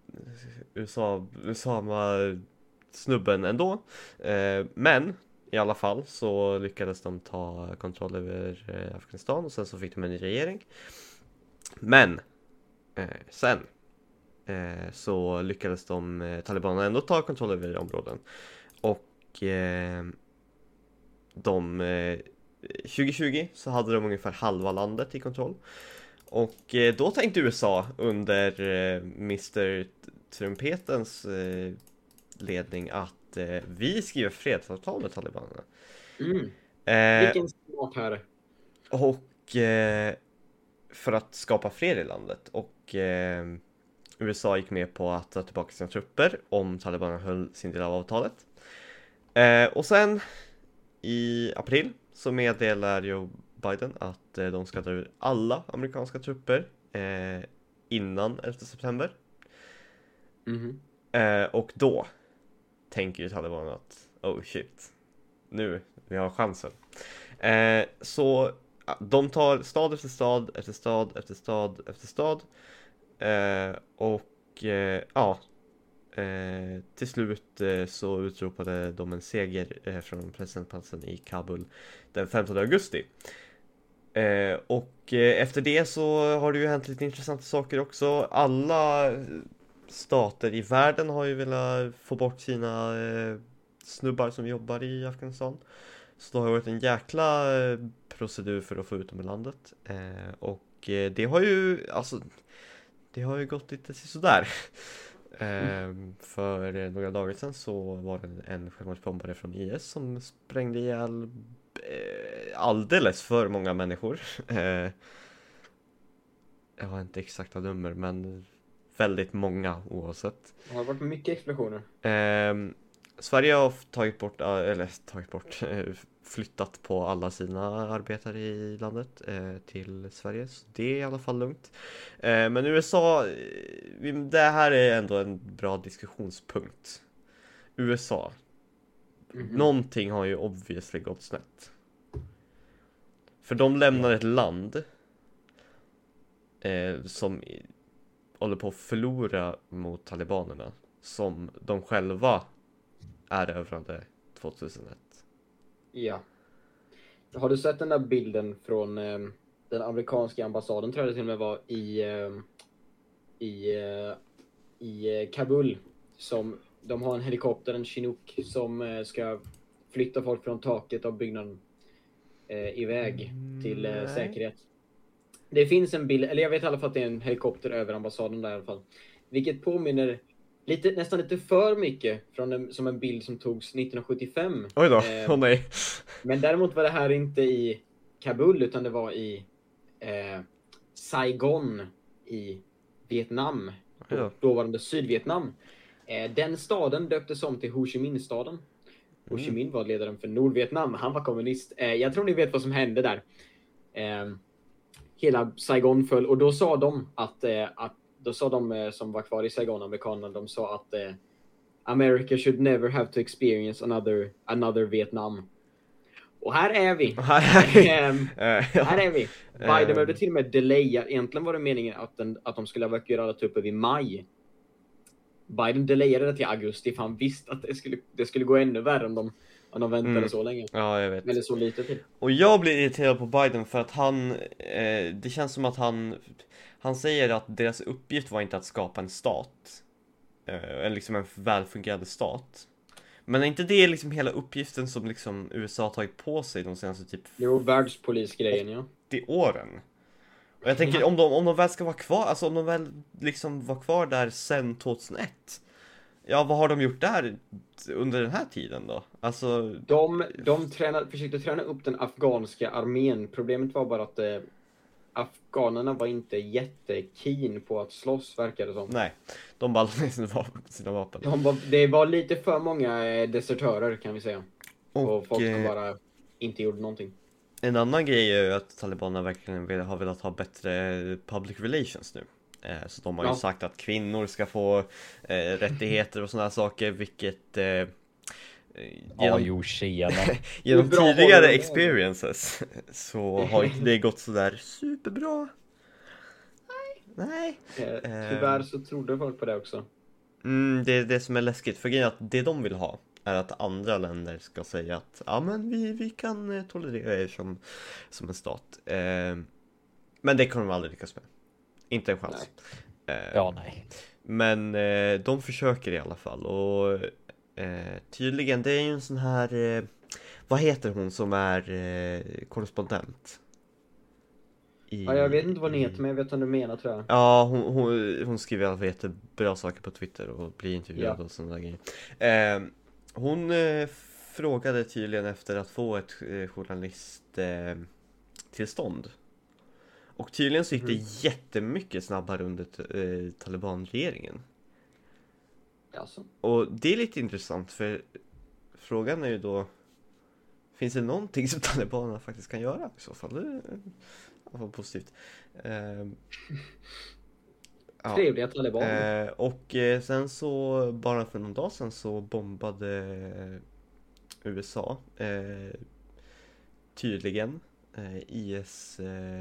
Usama snubben ändå. Men i alla fall så lyckades de ta kontroll över Afghanistan och sen så fick de en ny regering. Men sen så lyckades talibanerna ändå ta kontroll över områden. Och 2020 så hade de ungefär halva landet i kontroll. Och då tänkte USA under Mr. Trumpetens ledning att vi skriver fredsavtal med talibanerna. Vilken smart herre. Och för att skapa fred i landet. Och USA gick med på att ta tillbaka sina trupper om talibanerna höll sin del av avtalet. Och sen i april så meddelar Joe Biden att de ska dra ur alla amerikanska trupper innan 11 september. Och då tänker ju talibanerna att oh shit, nu vi har chansen. Så de tar stad efter stad efter stad efter stad efter stad. Till slut så utropade de en seger från presidentplatsen i Kabul den 15 augusti. Och efter det så har det ju hänt lite intressanta saker också. Alla stater i världen har ju velat få bort sina snubbar som jobbar i Afghanistan. Så det har varit en jäkla procedur för att få ut dem i landet. Och det har ju gått lite sådär. För några dagar sedan så var det en självmordsbombare från IS som sprängde ihjäl alldeles för många människor. Jag har inte exakta nummer, men väldigt många oavsett. Det har varit mycket explosioner. Sverige har flyttat på alla sina arbetare i landet till Sverige, så det är i alla fall lugnt. Men USA, det här är ändå en bra diskussionspunkt. USA, någonting har ju obviously gått snett. För de lämnar ett land som håller på att förlora mot talibanerna, som de själva erövrade 2001. Ja. Har du sett den där bilden från den amerikanska ambassaden, tror jag det till och med var i Kabul, som de har en helikopter, en Chinook, som ska flytta folk från taket av byggnaden iväg till säkerhet. Det finns en bild, eller jag vet i alla fall att det är en helikopter över ambassaden där i alla fall. Vilket påminner nästan lite för mycket från som en bild som togs 1975. Oj då, nej. Men däremot var det här inte i Kabul, utan det var i Saigon i Vietnam. Dåvarande Sydvietnam. Den staden döptes om till Ho Chi Minh-staden. Ho Chi Minh var ledaren för Nordvietnam. Han var kommunist. Jag tror ni vet vad som hände där. Hela Saigon föll. Och då sa de då sa de som var kvar i Saigon, amerikanerna, de sa att America should never have to experience another Vietnam. Och här är vi. Här är vi. Biden behövde till och med delaya. Egentligen var det meningen att de skulle evakuera alla trupper vid maj. Biden delayade det till augusti, för han visste att det skulle gå ännu värre om de väntade så länge. Ja, jag vet. Eller så lite till. Och jag blir irriterad på Biden för att det känns som att han säger att deras uppgift var inte att skapa en stat. Liksom en välfungerande stat. Men är inte det liksom hela uppgiften som liksom USA har tagit på sig de senaste världspolisgrejen, ja. 80 åren. Och jag tänker om de väl ska vara kvar, alltså om de väl liksom var kvar där sedan 2001. Ja, vad har de gjort där under den här tiden då? Alltså de försökte träna upp den afghanska armén. Problemet var bara att afghanerna var inte jättekeen på att slåss, verkar det som. Nej, de ballade sina vapen. Det var lite för många desertörer, kan vi säga. Och folk som bara inte gjorde någonting. En annan grej är ju att talibanerna verkligen har velat ha bättre public relations nu. Så de har ju sagt att kvinnor ska få rättigheter och sådana saker, vilket genom tidigare experiences så har inte det gått så där superbra. Nej. Tyvärr så trodde folk på det också. Det är det som är läskigt, för grejen att det de vill ha är att andra länder ska säga att ja, men vi kan tolerera er som en stat. Men det kommer de aldrig lyckas med. Inte en chans. Nej. Men de försöker i alla fall. Och tydligen, det är ju en sån här... vad heter hon som är korrespondent? Ja, jag vet inte vad ni heter, men jag vet vad du menar, tror jag. Ja, hon skriver i alla fall jättebra saker på Twitter och blir intervjuad och sådana där grejer. Hon frågade tydligen efter att få ett journalisttillstånd. Och tydligen så gick det jättemycket snabbare under Taliban-regeringen. Alltså. Och det är lite intressant, för frågan är ju då, finns det någonting som talibanerna faktiskt kan göra i så fall? Det är i alla fall positivt. Trevliga talibaner. Och sen så, bara för någon dag sedan så bombade USA tydligen IS,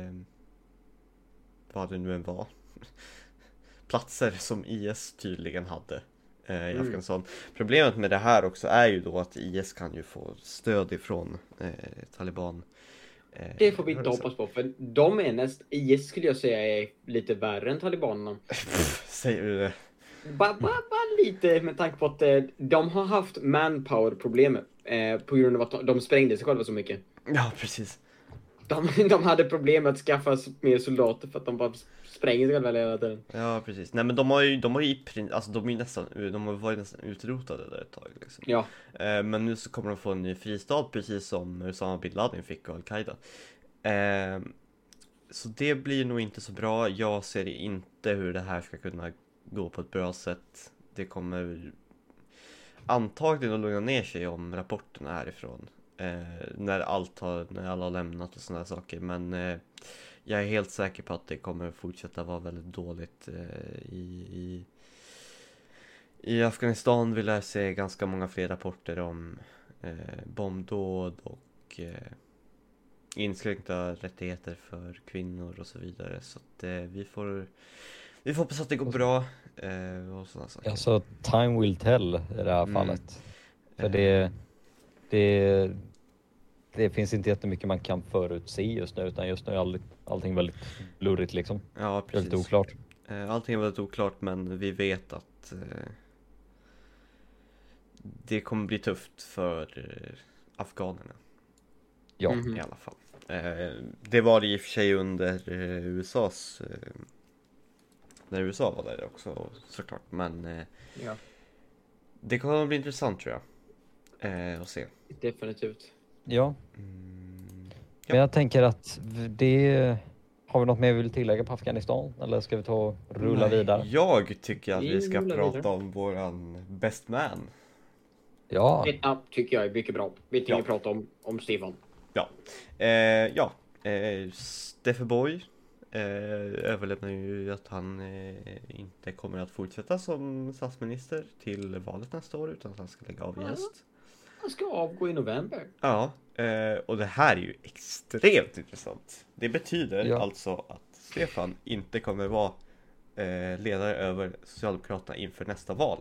vad det nu än var, platser som IS tydligen hade i Afghanistan. Problemet med det här också är ju då att IS kan ju få stöd ifrån Taliban. Det får vi inte hoppas på, för de är IS skulle jag säga är lite värre än talibanerna. Säger du det? Bara lite, med tanke på att de har haft manpower-problem på grund av att de sprängde sig själva så mycket. Ja, precis. De hade problem med att skaffa mer soldater för att de bara spränger sig själva hela tiden. Ja, precis. Nej, men de har ju alltså de har varit nästan utrotade där ett tag liksom. Ja. Men nu så kommer de få en ny fristad, precis som Usama bin Laden fick av Al-Qaida. Så det blir nog inte så bra. Jag ser inte hur det här ska kunna gå på ett bra sätt. Det kommer antagligen att lugna ner sig om rapporterna härifrån. När alla har lämnat och sådana saker. Men jag är helt säker på att det kommer fortsätta vara väldigt dåligt i Afghanistan. Vill jag se ganska många fler rapporter om bombdåd och inskränkta rättigheter för kvinnor och så vidare. Så att vi får hoppas att det går bra och sådana saker. Alltså, time will tell i det här fallet. För det finns inte jättemycket man kan förutse just nu, utan just nu är allting väldigt blurrigt liksom. Ja, precis. Väldigt oklart. Allting är väldigt oklart, men vi vet att det kommer bli tufft för afghanerna. Ja. I alla fall. Det var det i och för sig under USAs när USA var där också, såklart. Men det kommer att bli intressant, tror jag, att se. Definitivt. Ja. Men jag tänker att har vi något mer vi vill tillägga på Afghanistan? Eller ska vi ta och rulla vidare? Jag tycker att vi ska rullar prata vidare. om våran best man. Ja. Ja, tycker jag är mycket bra. Vi tänker prata om Stefan. Ja. Steffe Boy överlämnar ju att han inte kommer att fortsätta som statsminister till valet nästa år, utan att han ska lägga av i höst. Han ska avgå i november. Ja, och det här är ju extremt intressant. Det betyder alltså att Stefan inte kommer vara ledare över Socialdemokraterna inför nästa val.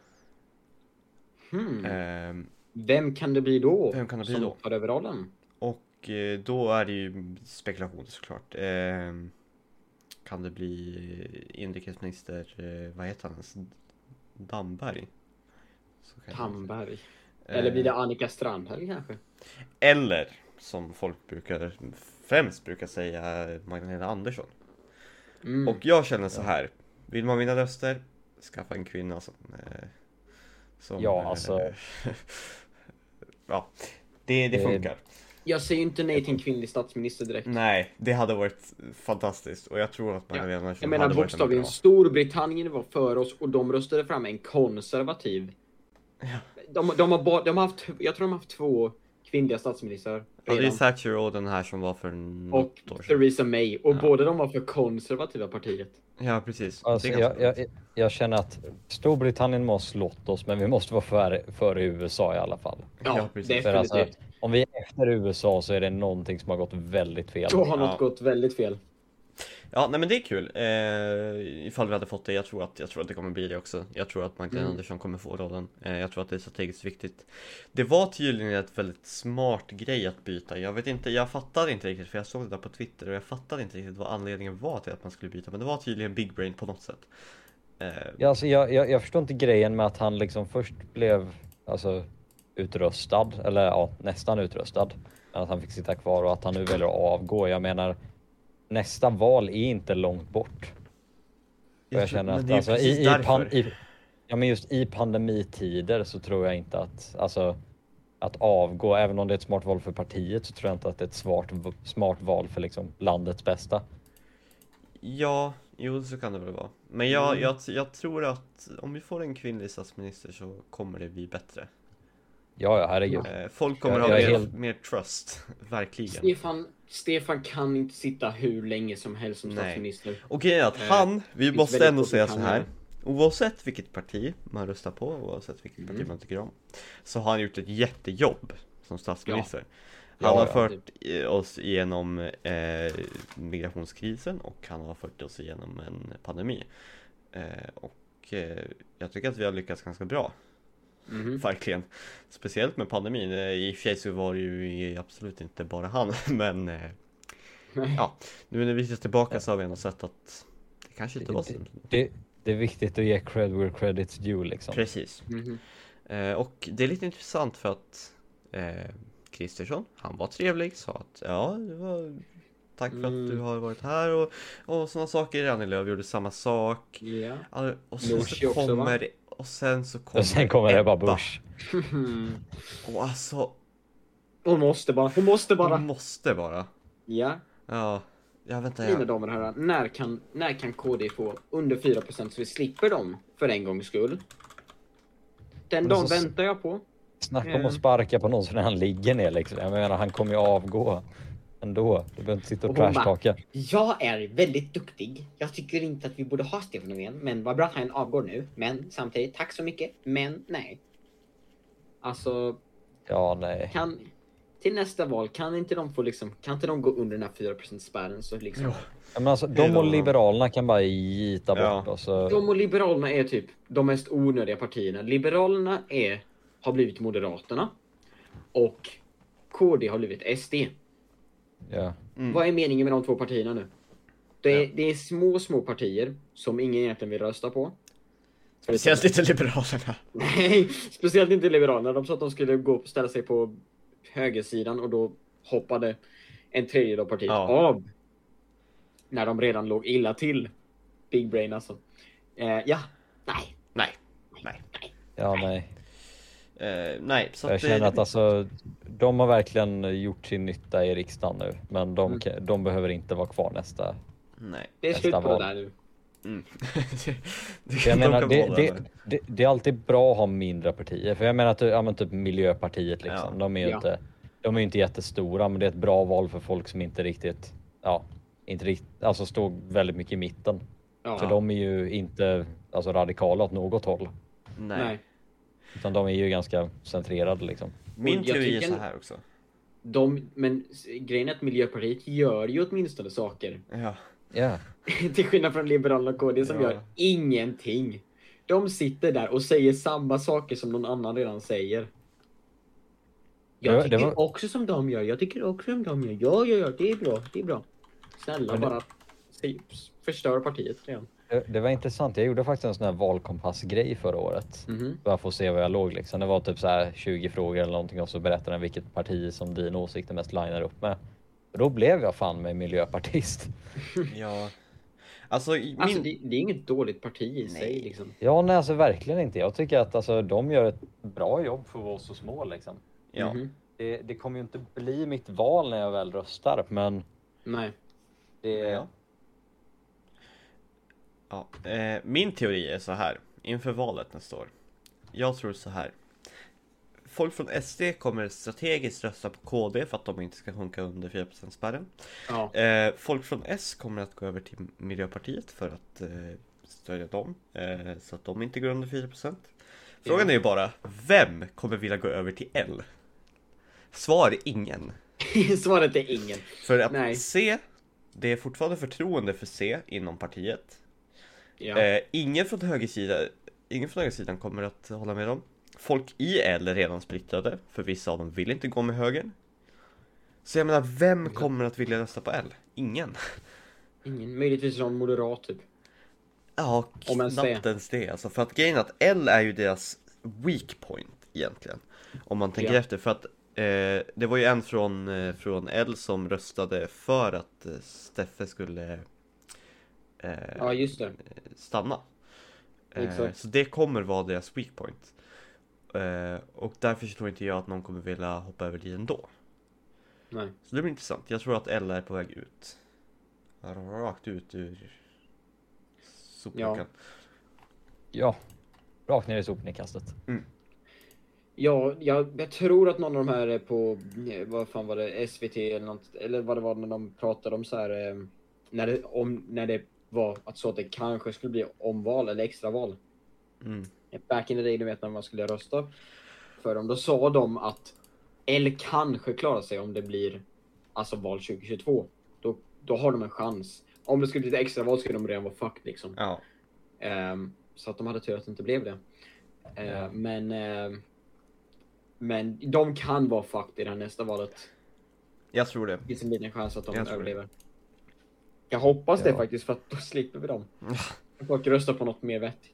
Vem kan det bli då? Vem kan det bli som då? tar över rollen? Och då är det ju spekulation, såklart. Kan det bli inrikesminister, vad heter han? Damberg? Damberg. Eller blir det Annika Strandhäll kanske? Eller, som folk främst brukar säga, Magdalena Andersson. Och jag känner så här: vill man vinna röster, skaffa en kvinna som alltså ja, det funkar. Jag säger ju inte nej till en kvinnlig statsminister direkt. Nej, det hade varit fantastiskt. Och jag tror att Magdalena Andersson jag menar, hade varit bokstavligen bra. Storbritannien var för oss och de röstade fram en konservativ. De har haft, jag tror de har haft 2 kvinnliga statsministrar. Ja, det är Thatcher och den här som var för något och år sedan. Theresa May. Och båda de var för konservativa partiet. Ja, precis. Alltså, jag känner att Storbritannien måste slått oss, men vi måste vara före USA i alla fall. Ja, precis. För definitivt. alltså, om vi är efter USA så är det någonting som har gått väldigt fel. Då har något gått väldigt fel. Ja, nej men det är kul. Ifall vi hade fått det, jag tror att det kommer bli det också. Jag tror att Magdalena Andersson kommer få rollen. Jag tror att det är strategiskt viktigt. Det var tydligen ett väldigt smart grej att byta. Jag fattade inte riktigt, för jag såg det där på Twitter och jag fattade inte riktigt vad anledningen var till att man skulle byta. Men det var tydligen big brain på något sätt. Ja, alltså jag förstår inte grejen med att han liksom först blev alltså utröstad, eller ja, nästan utröstad. Att han fick sitta kvar och att han nu väljer att avgå. Jag menar, nästa val är inte långt bort. Och jag känner att alltså, ja, men just i pandemitider så tror jag inte att alltså att avgå, även om det är ett smart val för partiet, så tror jag inte att det är ett smart val för liksom landets bästa. Ja, jo så kan det väl vara. Men jag tror att om vi får en kvinnlig statsminister så kommer det bli bättre. Ja, herregud. Folk kommer ha mer trust, verkligen. Stefan kan inte sitta hur länge som helst som statsminister. Okej, att vi måste ändå säga så här. Oavsett vilket parti man röstar på, oavsett vilket parti man tycker om, så har han gjort ett jättejobb som statsminister. Han har fört oss igenom migrationskrisen och han har fört oss igenom en pandemi. Jag tycker att vi har lyckats ganska bra. Verkligen. Speciellt med pandemin. I och för sig så var det ju absolut inte bara han. Men ja, nu när vi ser tillbaka så har vi ändå sett att det kanske inte var så. Det är viktigt att ge cred where credit's due liksom. Precis. Och det är lite intressant för att Kristersson, han var trevlig, sa att tack för att du har varit här och sådana saker. Annie Lööf gjorde samma sak. Och sen kommer Ebba Busch. Och alltså Hon måste bara. Ja. Ja, jag väntar. Mina damer och herrar, när kan KD få under 4% så vi slipper dem för en gångs skull? Den dagen väntar jag på. Snacka om att sparka på någon så när han ligger ner liksom. Jag menar, han kommer ju avgå ändå. Du behöver inte sitta och trashtaka. Jag är väldigt duktig. Jag tycker inte att vi borde ha Stefan Löfven, men vad bra att han avgår nu. Men samtidigt, tack så mycket. Men nej. Alltså, ja, nej. Till nästa val, kan inte de gå under den här 4% spärren så liksom. Ja, men alltså, de och Liberalerna kan bara gita bort oss. De och Liberalerna är typ de mest onödiga partierna. Liberalerna har blivit Moderaterna och KD har blivit SD. Ja. Vad är meningen med de två partierna nu? Det är små partier som ingen egentligen vill rösta på. Speciellt inte Liberalerna. Nej, speciellt inte Liberalerna. De sa att de skulle ställa sig på högersidan och då hoppade en tredjedel av partiet av. När de redan låg illa till. Big brain alltså. Nej. Så jag känner att alltså, de har verkligen gjort sin nytta i riksdagen nu. Men de behöver inte vara kvar nästa. Nej. Det är slut på det där nu. Jag menar, det är alltid bra att ha mindre partier. För jag menar att typ Miljöpartiet liksom, de är ju inte jättestora, men det är ett bra val för folk som inte riktigt alltså står väldigt mycket i mitten. För de är ju inte alltså radikala åt något håll. Nej. Utan de är ju ganska centrerade liksom. Min teori är så här också. Men grejen är att Miljöpartiet gör ju åtminstone saker. Ja. Till skillnad från Liberalerna och KD som gör ingenting. De sitter där och säger samma saker som någon annan redan säger. Jag tycker också som de gör. Ja, det är bra. Snälla, bara förstör partiet redan. Det var intressant. Jag gjorde faktiskt en sån här valkompassgrej förra året. Bara för att se var jag låg liksom. Det var typ så här 20 frågor eller någonting och så berättade den vilket parti som din åsikt mest linar upp med. Och då blev jag fan med miljöpartist. Ja. Alltså det är inget dåligt parti i sig liksom. Ja, nej, alltså verkligen inte. Jag tycker att alltså, de gör ett bra jobb för att vara så små liksom. Ja. Det kommer ju inte bli mitt val när jag väl röstar, men nej. Min teori är så här inför valet nästa år. Jag tror så här. Folk från SD kommer strategiskt rösta på KD för att de inte ska sjunka under 4%-spärren. Folk från S kommer att gå över till Miljöpartiet för att stödja dem så att de inte går under 4%. Frågan är ju bara, vem kommer vilja gå över till L? Svar är ingen. Svaret är ingen. För att C, det är fortfarande förtroende för C inom partiet. Ingen från högersidan kommer att hålla med dem. Folk i L är redan splittrade, för vissa av dem vill inte gå med högern. Så jag menar, vem kommer att vilja rösta på L? Ingen. Ingen, möjligtvis någon moderat typ. Ja, Om ens det. knappt ens det. Alltså, för att grejen är att L är ju deras weak point egentligen. Om man tänker efter. För att det var ju en från L som röstade för att Steffe skulle Ja, just det. stanna. Exakt. Så det kommer vara deras weak point. Och därför tror inte jag att någon kommer vilja hoppa över dit ändå. Nej. Så det blir intressant. Jag tror att L är på väg ut. Rakt ut ur sopnedkastet. Ja, rakt ner i sopnedkastet. Ja, jag tror att någon av de här är på, vad fan var det, SVT eller något, eller vad det var när de pratade om så här, när det var att så att det kanske skulle bli omval eller extraval. Back in the day, du vet när man skulle rösta för dem, då sa de att L kanske klarar sig om det blir alltså val 2022. Då har de en chans. Om det skulle bli ett extraval skulle de redan vara fucked liksom. Ja. Så att de hade tur att det inte blev det. Men de kan vara fucked i det här nästa valet. Jag tror det. Det finns en liten chans att de Jag tror överlever. Jag hoppas det faktiskt, för att då slipper vi dem. Folk röstar på något mer vettigt.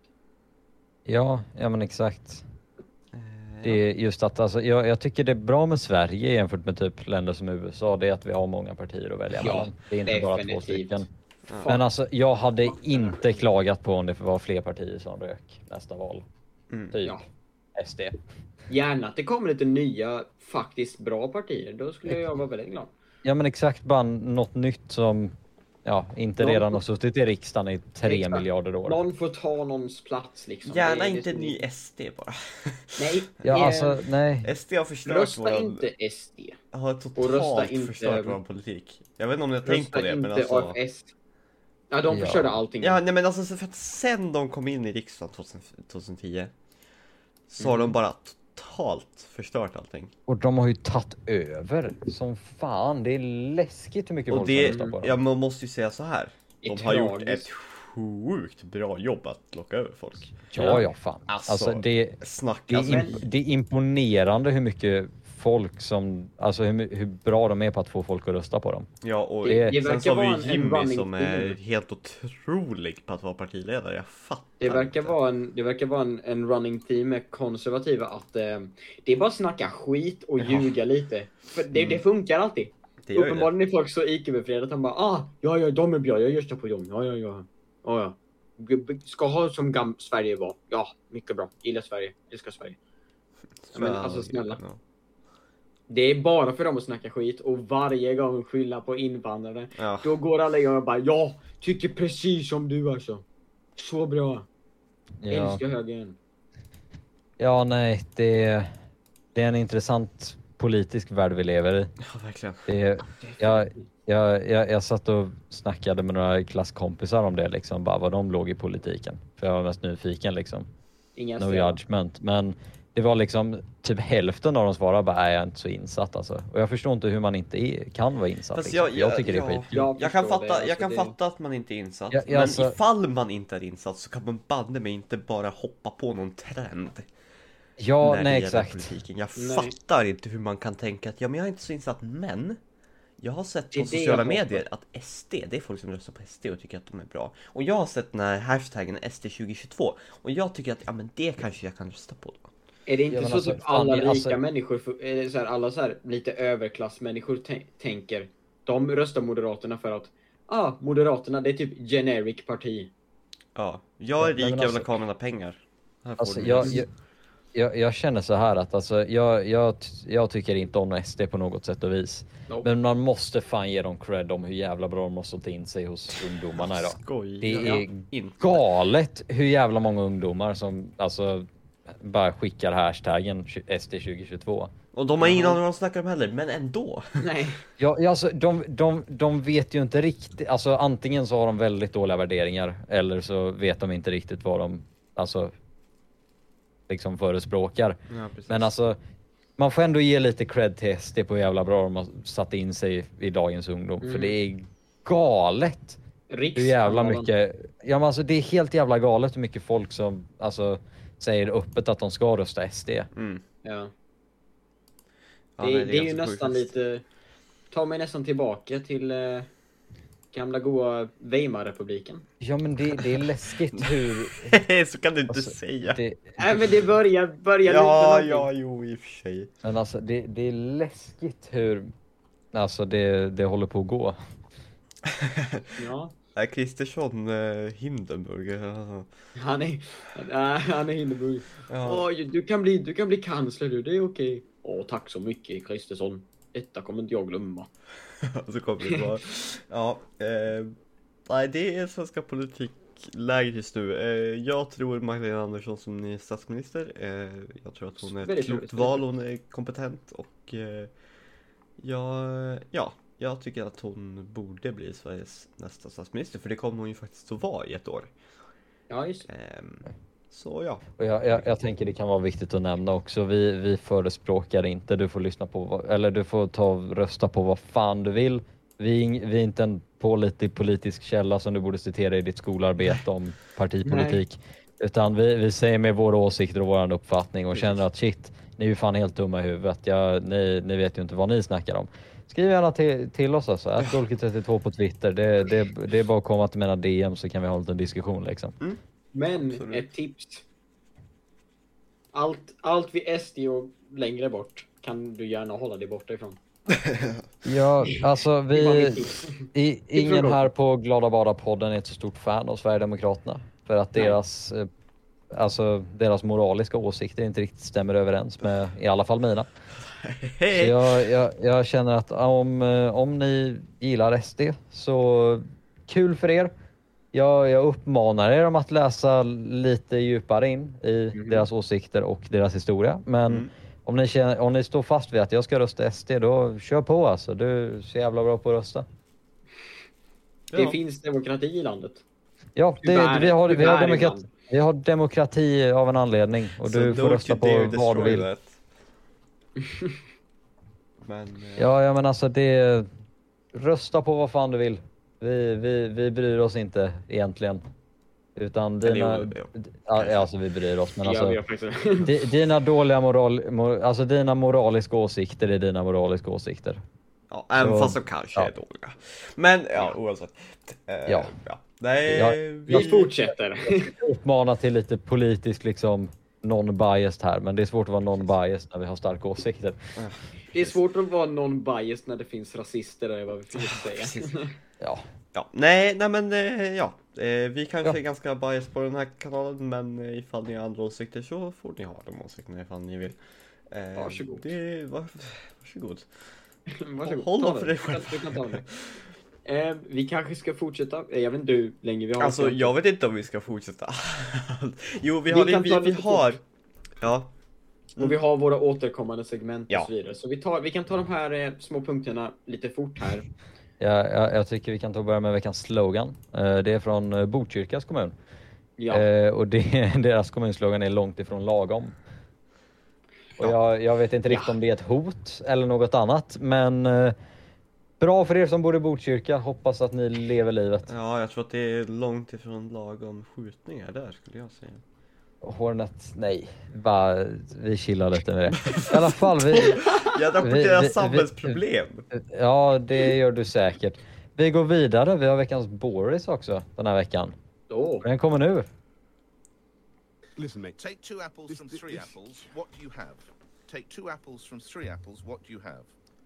Ja men exakt. Det är just att alltså, jag tycker det är bra med Sverige jämfört med typ länder som USA. Det är att vi har många partier att välja mellan. Det är inte bara 2 stycken. Men alltså jag hade inte klagat på om det var fler partier som rök nästa val. Typ SD. Gärna att det kommer lite nya, faktiskt bra partier. Då skulle jag vara väldigt glad. Ja men exakt, bara något nytt som inte redan har suttit i riksdagen i 3 miljarder år. Någon får ta någons plats liksom. Gärna inte ny SD bara. Nej. Nej. SD har förstört Rösta inte SD. Har totalt förstört vår politik. Jag vet inte om ni har tänkt på det, men alltså AFS. Ja, de förstörde allting. Ja, nej men alltså för att sen de kom in i riksdagen 2010 så har de bara totalt förstört allting. Och de har ju tagit över som fan. Det är läskigt hur mycket och folk det, röstar på dem. Ja, man måste ju säga så här. De har gjort ett sjukt bra jobb att locka över folk. Ja, fan. Alltså det är imponerande hur mycket folk som, alltså hur bra de är på att få folk att rösta på dem. Ja, och det sen så har vi Jimmy som är team. helt otrolig på att vara partiledare. Jag fattar. Det verkar vara en running team med konservativa att det är bara snacka skit och ljuga lite. För det funkar alltid. Uppenbarligen är folk så IQ-befriade att de bara ja, de är bra, jag röstar på dem. Ja. Ska ha som Sverige var. Ja, mycket bra. Gillar Sverige. Älskar Sverige. Men alltså snälla. Ja. Det är bara för dem att snacka skit och varje gång skylla på invandrare. Ja. Då går alla igång och bara tycker precis som du alltså. Så bra. Älskar högern. Ja, nej, det är en intressant politisk värld vi lever i. Ja, verkligen. Jag satt och snackade med några klasskompisar om det liksom, bara vad de låg i politiken. För jag var mest nyfiken liksom. No judgment, men det var liksom typ hälften av dem svarade bara jag är inte så insatt alltså. Och jag förstår inte hur man inte kan vara insatt. Liksom. Jag tycker det är skit. Jag kan fatta att man inte är insatt. Men alltså, ifall man inte är insatt så kan man banne mig inte bara hoppa på någon trend. Ja, nej exakt. Politiken. Jag fattar inte hur man kan tänka att men jag är inte så insatt, men jag har sett på sociala medier att SD, det är folk som röstar på SD och tycker att de är bra. Och jag har sett den här hashtaggen SD2022 och jag tycker att men det kanske jag kan rösta på då. Är det inte så alltså, typ alla rika människor, så här, alla så här lite överklassmänniskor tänker, de röstar Moderaterna för att Moderaterna det är typ generic parti. Ja, jag är rik, jag vill ha mina pengar. Alltså, jag känner så här att alltså, jag tycker inte om SD på något sätt och vis. Nope. Men man måste fan ge dem cred om hur jävla bra de måste ta in sig hos ungdomarna idag. Det är galet hur jävla många ungdomar som alltså bara skickar hashtaggen SD2022. Och de har ingen aning om vad de snackar om heller, men ändå. Nej. Ja, alltså de vet ju inte riktigt, alltså antingen så har de väldigt dåliga värderingar eller så vet de inte riktigt vad de alltså liksom förespråkar. Ja, men alltså man får ändå ge lite cred till SD på hur jävla bra de har satt in sig i dagens ungdom. För det är galet hur jävla mycket, ja men alltså det är helt jävla galet hur mycket folk som alltså säger öppet att de ska rösta SD. Ja. Det är ju nästan lite, tar mig nästan tillbaka till gamla goa Weimarrepubliken. Ja, men det är läskigt hur... Så kan du inte alltså, säga. Nej, men det börjar Ja, jo, i och för sig. Men alltså, det är läskigt hur... Alltså, det håller på att gå. Ja. Är Kristersson Hindenburg? Han är Hindenburg. Ja. Oj, du kan bli kansler du, det är okej. Tack så mycket Kristersson. Detta kommer inte jag glömma. Så kommer det vara. Ja, nej, det är svenska politikläget just nu. Jag tror Magdalena Andersson som ny statsminister. Jag tror att hon är ett klokt val, hon är kompetent och jag tycker att hon borde bli Sveriges nästa statsminister, för det kommer hon ju faktiskt att vara i ett år. Ja, just. Så ja. Och jag tänker det kan vara viktigt att nämna också. Vi förespråkar inte, du får lyssna på, eller du får ta och rösta på vad fan du vill. Vi är inte en pålitlig politisk källa som du borde citera i ditt skolarbete om partipolitik. Nej. Utan vi säger med våra åsikter och vår uppfattning och känner att shit, ni är ju fan helt dumma i huvudet. Ni vet ju inte vad ni snackar om. Skriv gärna till oss alltså, @golke32 på Twitter. Det är bara att komma till mina DM så kan vi ha en liten diskussion liksom. Mm. Men ett tips. Allt vid SD och längre bort kan du gärna hålla dig borta ifrån. Ja, alltså ingen här på Glada Bara-podden är ett så stort fan av Sverigedemokraterna. För att deras moraliska åsikter inte riktigt stämmer överens med i alla fall mina. Så jag känner att om ni gillar SD så kul för er. Jag uppmanar er om att läsa lite djupare in i deras åsikter och deras historia. Men om ni står fast vid att jag ska rösta SD, då kör på alltså. Du är så jävla bra på att rösta. Det finns demokrati i landet. Ja, vi har demokrati av en anledning. Och du får rösta på vad du vill. Ja, men alltså rösta på vad fan du vill. Vi bryr oss inte egentligen. Utan alltså vi bryr oss, men alltså dina dåliga dina moraliska åsikter är dina moraliska åsikter. Ja, även fast de kanske är dåliga. Men oavsett. Nej, vi fortsätter. Jag uppmanar till lite politisk liksom non-biased här, men det är svårt att vara non-biased när vi har starka åsikter. Det är svårt att vara non-biased när det finns rasister, är vad vi försöker säga. Nej, men vi kanske är ganska biased på den här kanalen, men ifall ni har andra åsikter så får ni ha de åsikterna ifall ni vill. Varsågod. Varsågod. Håll dem för dig själv. Vi kanske ska fortsätta. Jag vet inte hur länge vi har. Alltså, jag vet inte om vi ska fortsätta. Jo, vi har. Ja. Och vi har våra återkommande segment och så vidare. Så vi kan ta de här små punkterna lite fort här. Jag tycker vi kan börja med veckans slogan. Det är från Botkyrkas kommun. Ja. Och deras kommunslogan är långt ifrån lagom. Och jag vet inte riktigt om det är ett hot eller något annat. Men bra för er som bor i Botkyrka. Hoppas att ni lever livet. Ja, jag tror att det är långt ifrån lagom skjutningar där, skulle jag säga. Hornet, nej. Vi chillar lite med det. I alla fall, jag rapporterar samhällsproblem. Ja, det gör du säkert. Vi går vidare. Vi har veckans Boris också den här veckan. Den kommer nu. Listen, mate. Take 2 apples from 3 apples. What do you have? Take 2 apples from 3 apples. What do you have?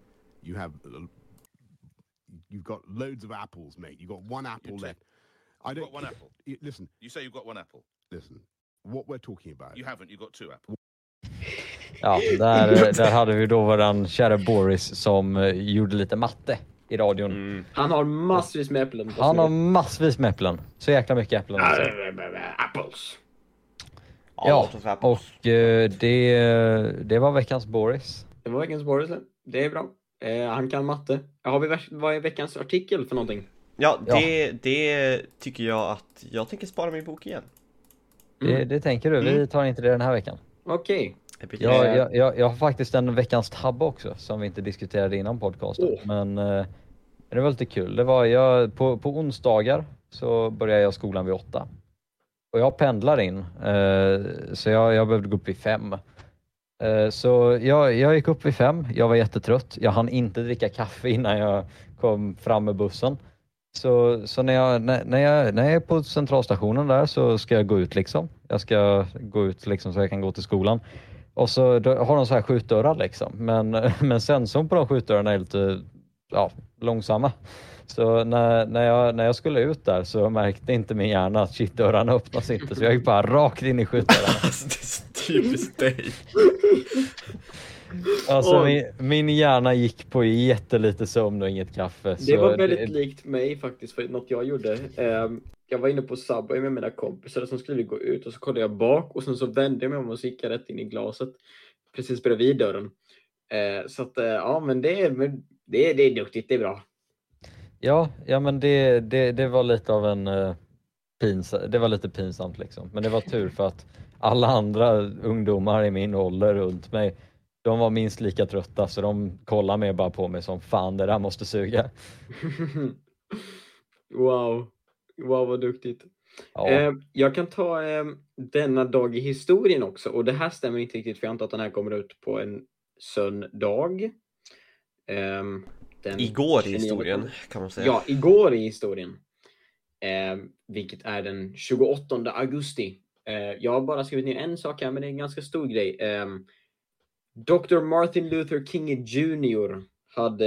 You've got loads of apples, mate. You've got 1 apple left. You've got 1 apple. Listen. You say you've got 1 apple. Listen. What we're talking about. You haven't. You've got 2 apples. Ja, där hade vi då våran kära Boris som gjorde lite matte i radion. Han har massvis med äpplen. Han har massvis med äpplen. Så jäkla mycket äpplen. Apples. Ja, och det var veckans Boris. Det var veckans Boris. Det är bra. Han kan matte. Vad är veckans artikel för någonting? Ja, det tycker jag att jag tänker spara min bok igen. Det tänker du. Vi tar inte det den här veckan. Okej. Jag har faktiskt en veckans tab också som vi inte diskuterade innan podcasten. Men det var lite kul. Det var på onsdagar så började jag skolan vid 8. Och jag pendlar in. Så jag behövde gå upp vid 5. Så jag gick upp vid 5. Jag var jättetrött. Jag hann inte dricka kaffe innan jag kom fram med bussen. Så när jag är på centralstationen där så ska jag gå ut liksom. Jag ska gå ut liksom så jag kan gå till skolan. Och så då har de så här skjutdörrar liksom. Men sensorn på de skjutdörrarna är lite långsamma. Så när jag skulle ut där så märkte inte min hjärna att shit, dörrarna öppnas inte. Så jag gick bara rakt in i skjutdörrarna. Alltså, det är så typiskt dig. Alltså min hjärna gick på jättelite sömn och inget kaffe. Det var väldigt likt mig faktiskt, för något jag gjorde. Jag var inne på Subway med mina kompisar och sen skulle vi gå ut och så kollade jag bak och sen så vände jag mig om och så gick jag rätt in i glaset. Precis bredvid dörren. Så att men det är duktigt, det är bra. Ja men det var lite av en det var lite pinsamt liksom. Men det var tur för att alla andra ungdomar i min ålder runt mig, de var minst lika trötta så de kollade mig bara på mig som fan, det där måste suga. Wow vad duktigt. Ja. Jag kan ta denna dag i historien också, och det här stämmer inte riktigt för jag antar att den här kommer ut på en söndag. Igår i historien kan man säga. Ja, igår i historien. Vilket är den 28 augusti. Jag har bara skrivit ner en sak här, men det är en ganska stor grej. Dr. Martin Luther King Jr. höll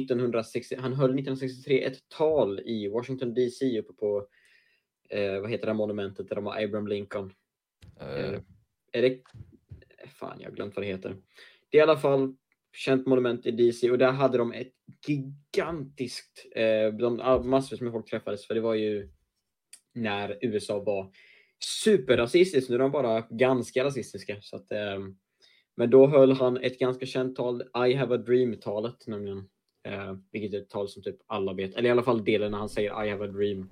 1963 ett tal i Washington DC uppe på vad heter det monumentet där de har Abraham Lincoln. Är det fan, jag har glömt vad det heter. Det är i alla fall känt monument i DC, och där hade de ett gigantiskt massor med folk träffades, för det var ju när USA var superrasistiskt. Nu är de bara ganska rasistiska, så att men då höll han ett ganska känt tal, I have a dream-talet nämligen, vilket är ett tal som typ alla vet, eller i alla fall delen när han säger I have a dream.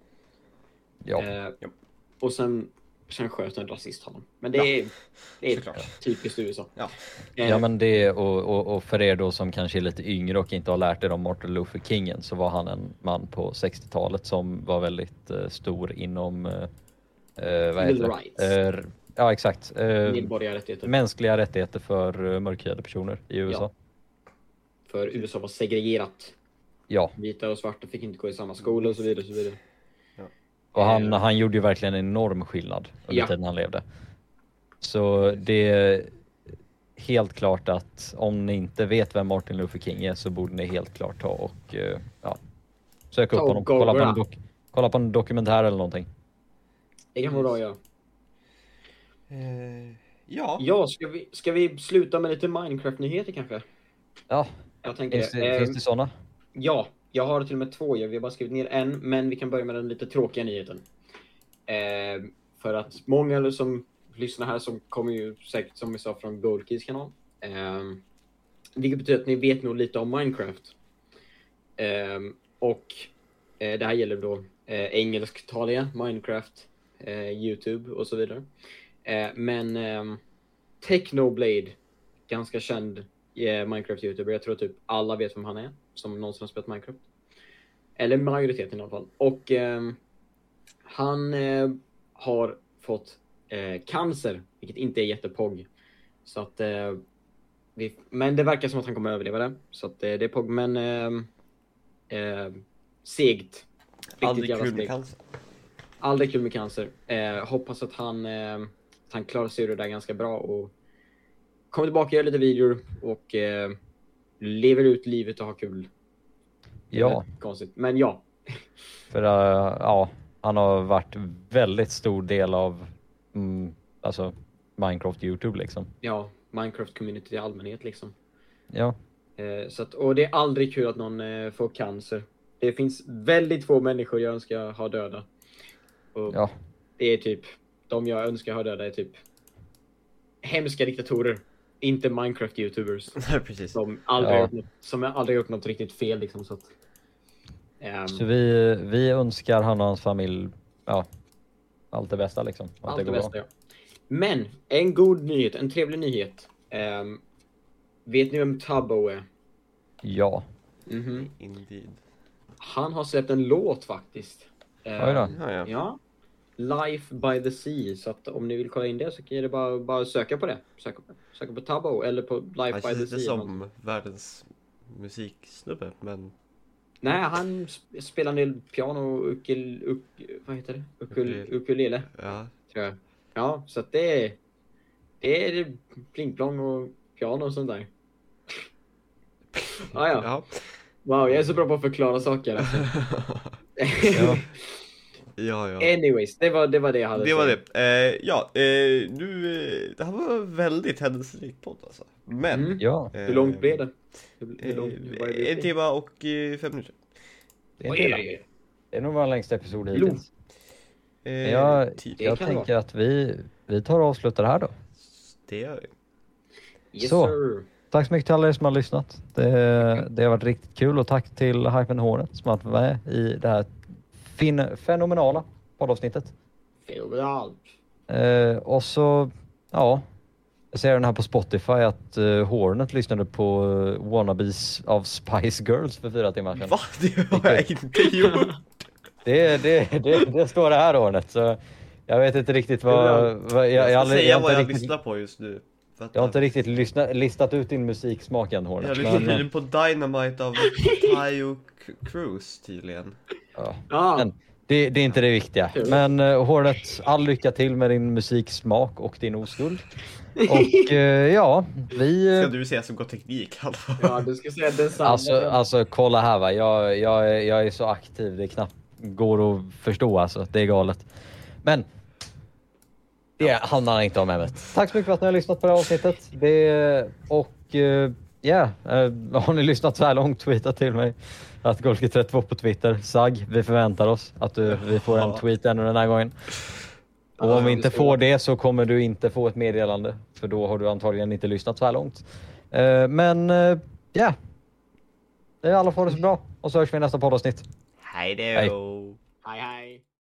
Och sen sköt en rasist honom. Men det är typiskt USA. Ja, men det och för er då som kanske är lite yngre och inte har lärt er om Martin Luther King, så var han en man på 60-talet som var väldigt stor inom vad heter det? Ja, exakt. Mänskliga rättigheter för mörkhyade personer i USA. Ja. För USA var segregerat. Ja. Vita och svarta fick inte gå i samma skola och så vidare. Så vidare. Ja. Och han gjorde ju verkligen en enorm skillnad under tiden han levde. Så det är helt klart att om ni inte vet vem Martin Luther King är så borde ni helt klart ta och söka upp honom. Kolla på en dokumentär eller någonting. Det kan vara bra, ja. Ja, ska vi sluta med lite Minecraft-nyheter kanske? Ja, jag tänker, finns det sådana? Ja, jag har till och med 2. Vi har bara skrivit ner en, men vi kan börja med den lite tråkiga nyheten. För att många som lyssnar här som kommer ju säkert, som vi sa, från Goldkeys kanal. Vilket betyder att ni vet nog lite om Minecraft. Och det här gäller då engelsktaliga Minecraft, YouTube och så vidare. Men Technoblade, ganska känd Minecraft-youtuber. Jag tror typ alla vet vem han är som någonsin har spelat Minecraft. Eller majoriteten i alla fall. Och han har fått cancer, vilket inte är jättepogg. Så att men det verkar som att han kommer överleva det. Så att det är pogg, men segt. Aldrig kul med cancer. Aldrig kul med cancer. Hoppas att han klarar sig ur det där ganska bra och kommer tillbaka, gör lite videor och lever ut livet och har kul. Ja. Konstigt, men ja. För han har varit väldigt stor del av alltså Minecraft YouTube liksom. Ja, Minecraft community i allmänhet liksom. Ja. Så att, och det är aldrig kul att någon får cancer. Det finns väldigt få människor jag önskar ha döda. Och det är typ, de jag önskar ha döda är typ hemska diktatorer, inte Minecraft-youtubers. Nej, precis. Som aldrig gjort något riktigt fel liksom, så att, så vi önskar han och hans familj allt det bästa liksom. Allt det bästa, ja. Men en god nyhet, en trevlig nyhet. Vet ni vem Tubbo är? Ja. Indeed. Han har släppt en låt faktiskt. Ja. Life by the Sea. Så att om ni vill kolla in det så kan det bara söka på det. Söka på Tubbo eller på Life by the Sea. Det som världens musiksnubbe, men Nej, han spelar en del piano och vad heter det? Ukulele, Ja. tror jag. Ja, så att det är plingplong och piano och sånt där. Ja. Ja. Wow, jag är så bra på att förklara saker. Alltså. Ja. Anyways, det var det jag hade Det var sagt. det. Det här var väldigt händelserik podd alltså. Men Ja, Hur långt blev det? Hur långt var det? 1 timme och 5 minuter. det är inte illa. Det är nog vår längsta episod hittills. Typ. Jag kan det tänker att vi tar och avslutar det här då. Det gör vi. Yes, Så. sir. Tack så mycket till alla er som har lyssnat. Det har varit riktigt kul och tack till Hypen Hornet som har varit med i det här fenomenala poddavsnittet. Fenomenalt. Och så, ja, jag ser den här på Spotify att Hornet lyssnade på Wannabes av Spice Girls för 4 timmar sedan. Va? Det har jag inte gjort. Det står det här Hornet, så jag vet inte riktigt vad Jag ska säga vad jag riktigt, lyssnar på just nu. jag har inte riktigt listat ut din musiksmak än Hornet. Jag lyssnar på Dynamite av Tayo Cruz tydligen. Ja. Men det är inte det viktiga. Kul. Men Hornet, all lycka till med din musiksmak och din oskuld. Och ja, vi... Ska du säga som går teknik i alla fall? Ja, du ska säga detsamma. Alltså kolla här va, jag är så aktiv, det knappt går att förstå alltså, det är galet. Men det handlar inte om ämnet. Tack så mycket för att ni har lyssnat på det här avsnittet. Har ni lyssnat så här långt, tweeta till mig att Golki32 på Twitter. Sag, vi förväntar oss att vi får en tweet ännu den här gången. Och om vi inte får det så kommer du inte få ett meddelande, för då har du antagligen inte lyssnat så här långt. Men det är alla får det så bra, och så hörs vi i nästa poddavsnitt. Hej då! Hej. Hej, hej.